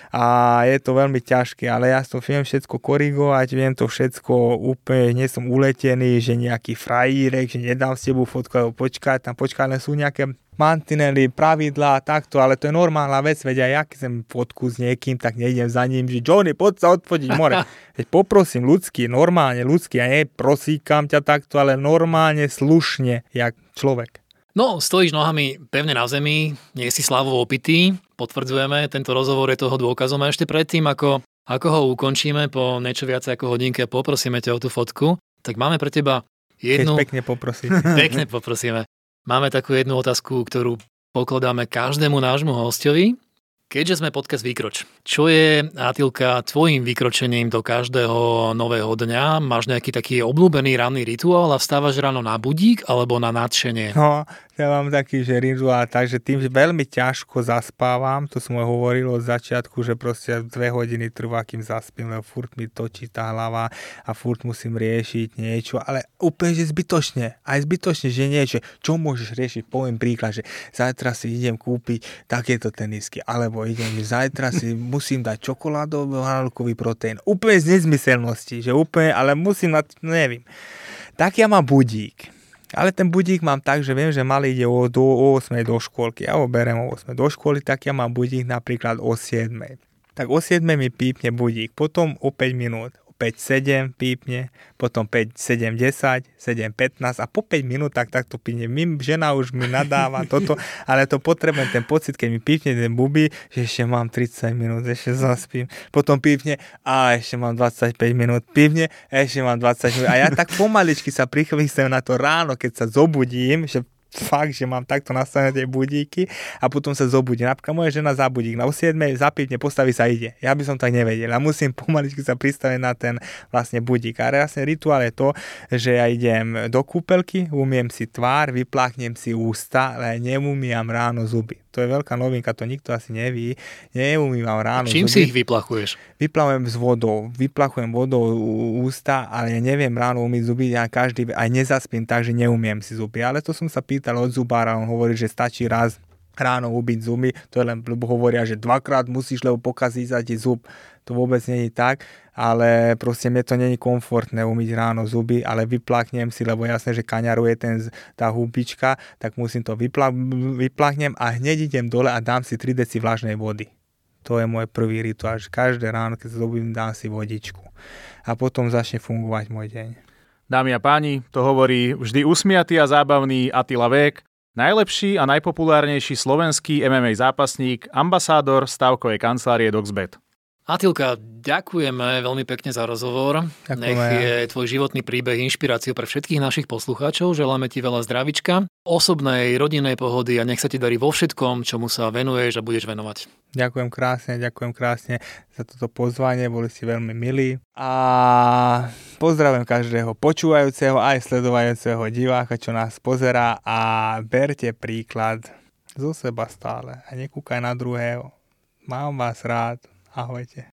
A je to veľmi ťažké, ale ja to viem všetko korigovať, viem to všetko úplne, nie som uletený, že nejaký frajírek, že nedám s tebou fotku, alebo počkať, len sú nejaké mantinely, pravidlá, takto, ale to je normálna vec, veď aj ja keď som fotku s niekým, tak nejdem za ním, že Johnny, poď sa odfotiť, more. Veď poprosím ľudsky, normálne ľudsky, ja prosíkam ťa takto, ale normálne, slušne, jak človek. No, stojíš nohami pevne na zemi, nie si Slavovo opitý, potvrdzujeme, tento rozhovor je toho dôkazom a ešte predtým, ako ho ukončíme po niečo viac ako hodinke, poprosíme ťa o tú fotku, tak máme pre teba jednu... Keď pekne poprosím. Pekne poprosíme. Máme takú jednu otázku, ktorú pokladáme každému nášmu hostovi. Keďže sme podcast Výkroč, čo je, Atilka, tvojim vykročením do každého nového dňa? Máš nejaký taký obľúbený ranný rituál a vstávaš ráno na budík alebo na nadšenie? No, ja mám taký, že rituál, takže tým, že veľmi ťažko zaspávam, to som aj hovoril od začiatku, že proste 2 hodiny trvá, kým zaspím, lebo furt mi točí tá hlava a furt musím riešiť niečo, ale úplne, že zbytočne, že niečo, čo môžeš riešiť, poviem príklad, že zajtra si idem kúpiť takéto tenisky, alebo idem, že zajtra si musím dať čokoládový proteín. Úplne z nezmyselnosti, že úplne, ale musím, neviem. Tak ja mám budík. Ale ten budík mám tak, že viem, že malý ide o 8 do škôlky. Ja ho berem o 8 do školy, tak ja mám budík napríklad o 7. Tak o 7 mi pípne budík, potom o 5 minút. O 5-7 pípne, potom 5-7-10, 7-15 a po 5 minútach takto pípne. Žena už mi nadáva toto, ale to potrebujem ten pocit, keď mi pípne ten bubi, že ešte mám 30 minút, ešte zaspím. Potom pípne a ešte mám 25 minút, pípne, ešte mám 20 minút. A ja tak pomaličky sa prichystám na to ráno, keď sa zobudím, že fakt, že mám takto nastavené tie budíky a potom sa zobudím. Napríklad moja žena zabudík na 7, zapípne, postaví sa, ide. Ja by som tak nevedel. Ja musím pomaličky sa pristaviť na ten vlastne budík. A vlastne rituál je to, že ja idem do kúpelky, umiem si tvár, vypláchnem si ústa, ale neumývam ráno zuby. To je veľká novinka, to nikto asi neví. Neumývam ráno zuby. Čím si ich vyplachuješ? Vyplachujem vodou ústa, ale ja neviem ráno umyť zuby, ja každý, aj nezaspím tak, že neumiem si zuby. Ale to som sa pýtal od zubára, on hovorí, že stačí raz ráno ubiť zuby, to je len, lebo hovoria, že dvakrát musíš, lebo pokazí sa ti zub. To vôbec nie je tak, ale proste mne to nie je komfortné umyť ráno zuby, ale vyplaknem si, lebo jasné, že kaňaruje tá hubička, tak musím to vyplaknem a hneď idem dole a dám si 3 deci vlažnej vody. To je môj prvý rituál, že každé ráno, keď sa zobudím, dám si vodičku. A potom začne fungovať môj deň. Dámy a páni, to hovorí vždy usmiatý a zábavný Attila Vek, najlepší a najpopulárnejší slovenský MMA zápasník, ambasádor stavkovej kancelárie DoxBet. Atilka, ďakujeme veľmi pekne za rozhovor. Ďakujeme. Nech je tvoj životný príbeh inšpiráciou pre všetkých našich poslucháčov. Želáme ti veľa zdravička, osobnej, rodinnej pohody a nech sa ti darí vo všetkom, čomu sa venuješ a budeš venovať. Ďakujem krásne za toto pozvanie, boli ste veľmi milí a pozdravujem každého počúvajúceho aj sledovajúceho diváka, čo nás pozerá a berte príklad zo seba stále a nekúkaj na druhého. Mám vás rád. Ahojte.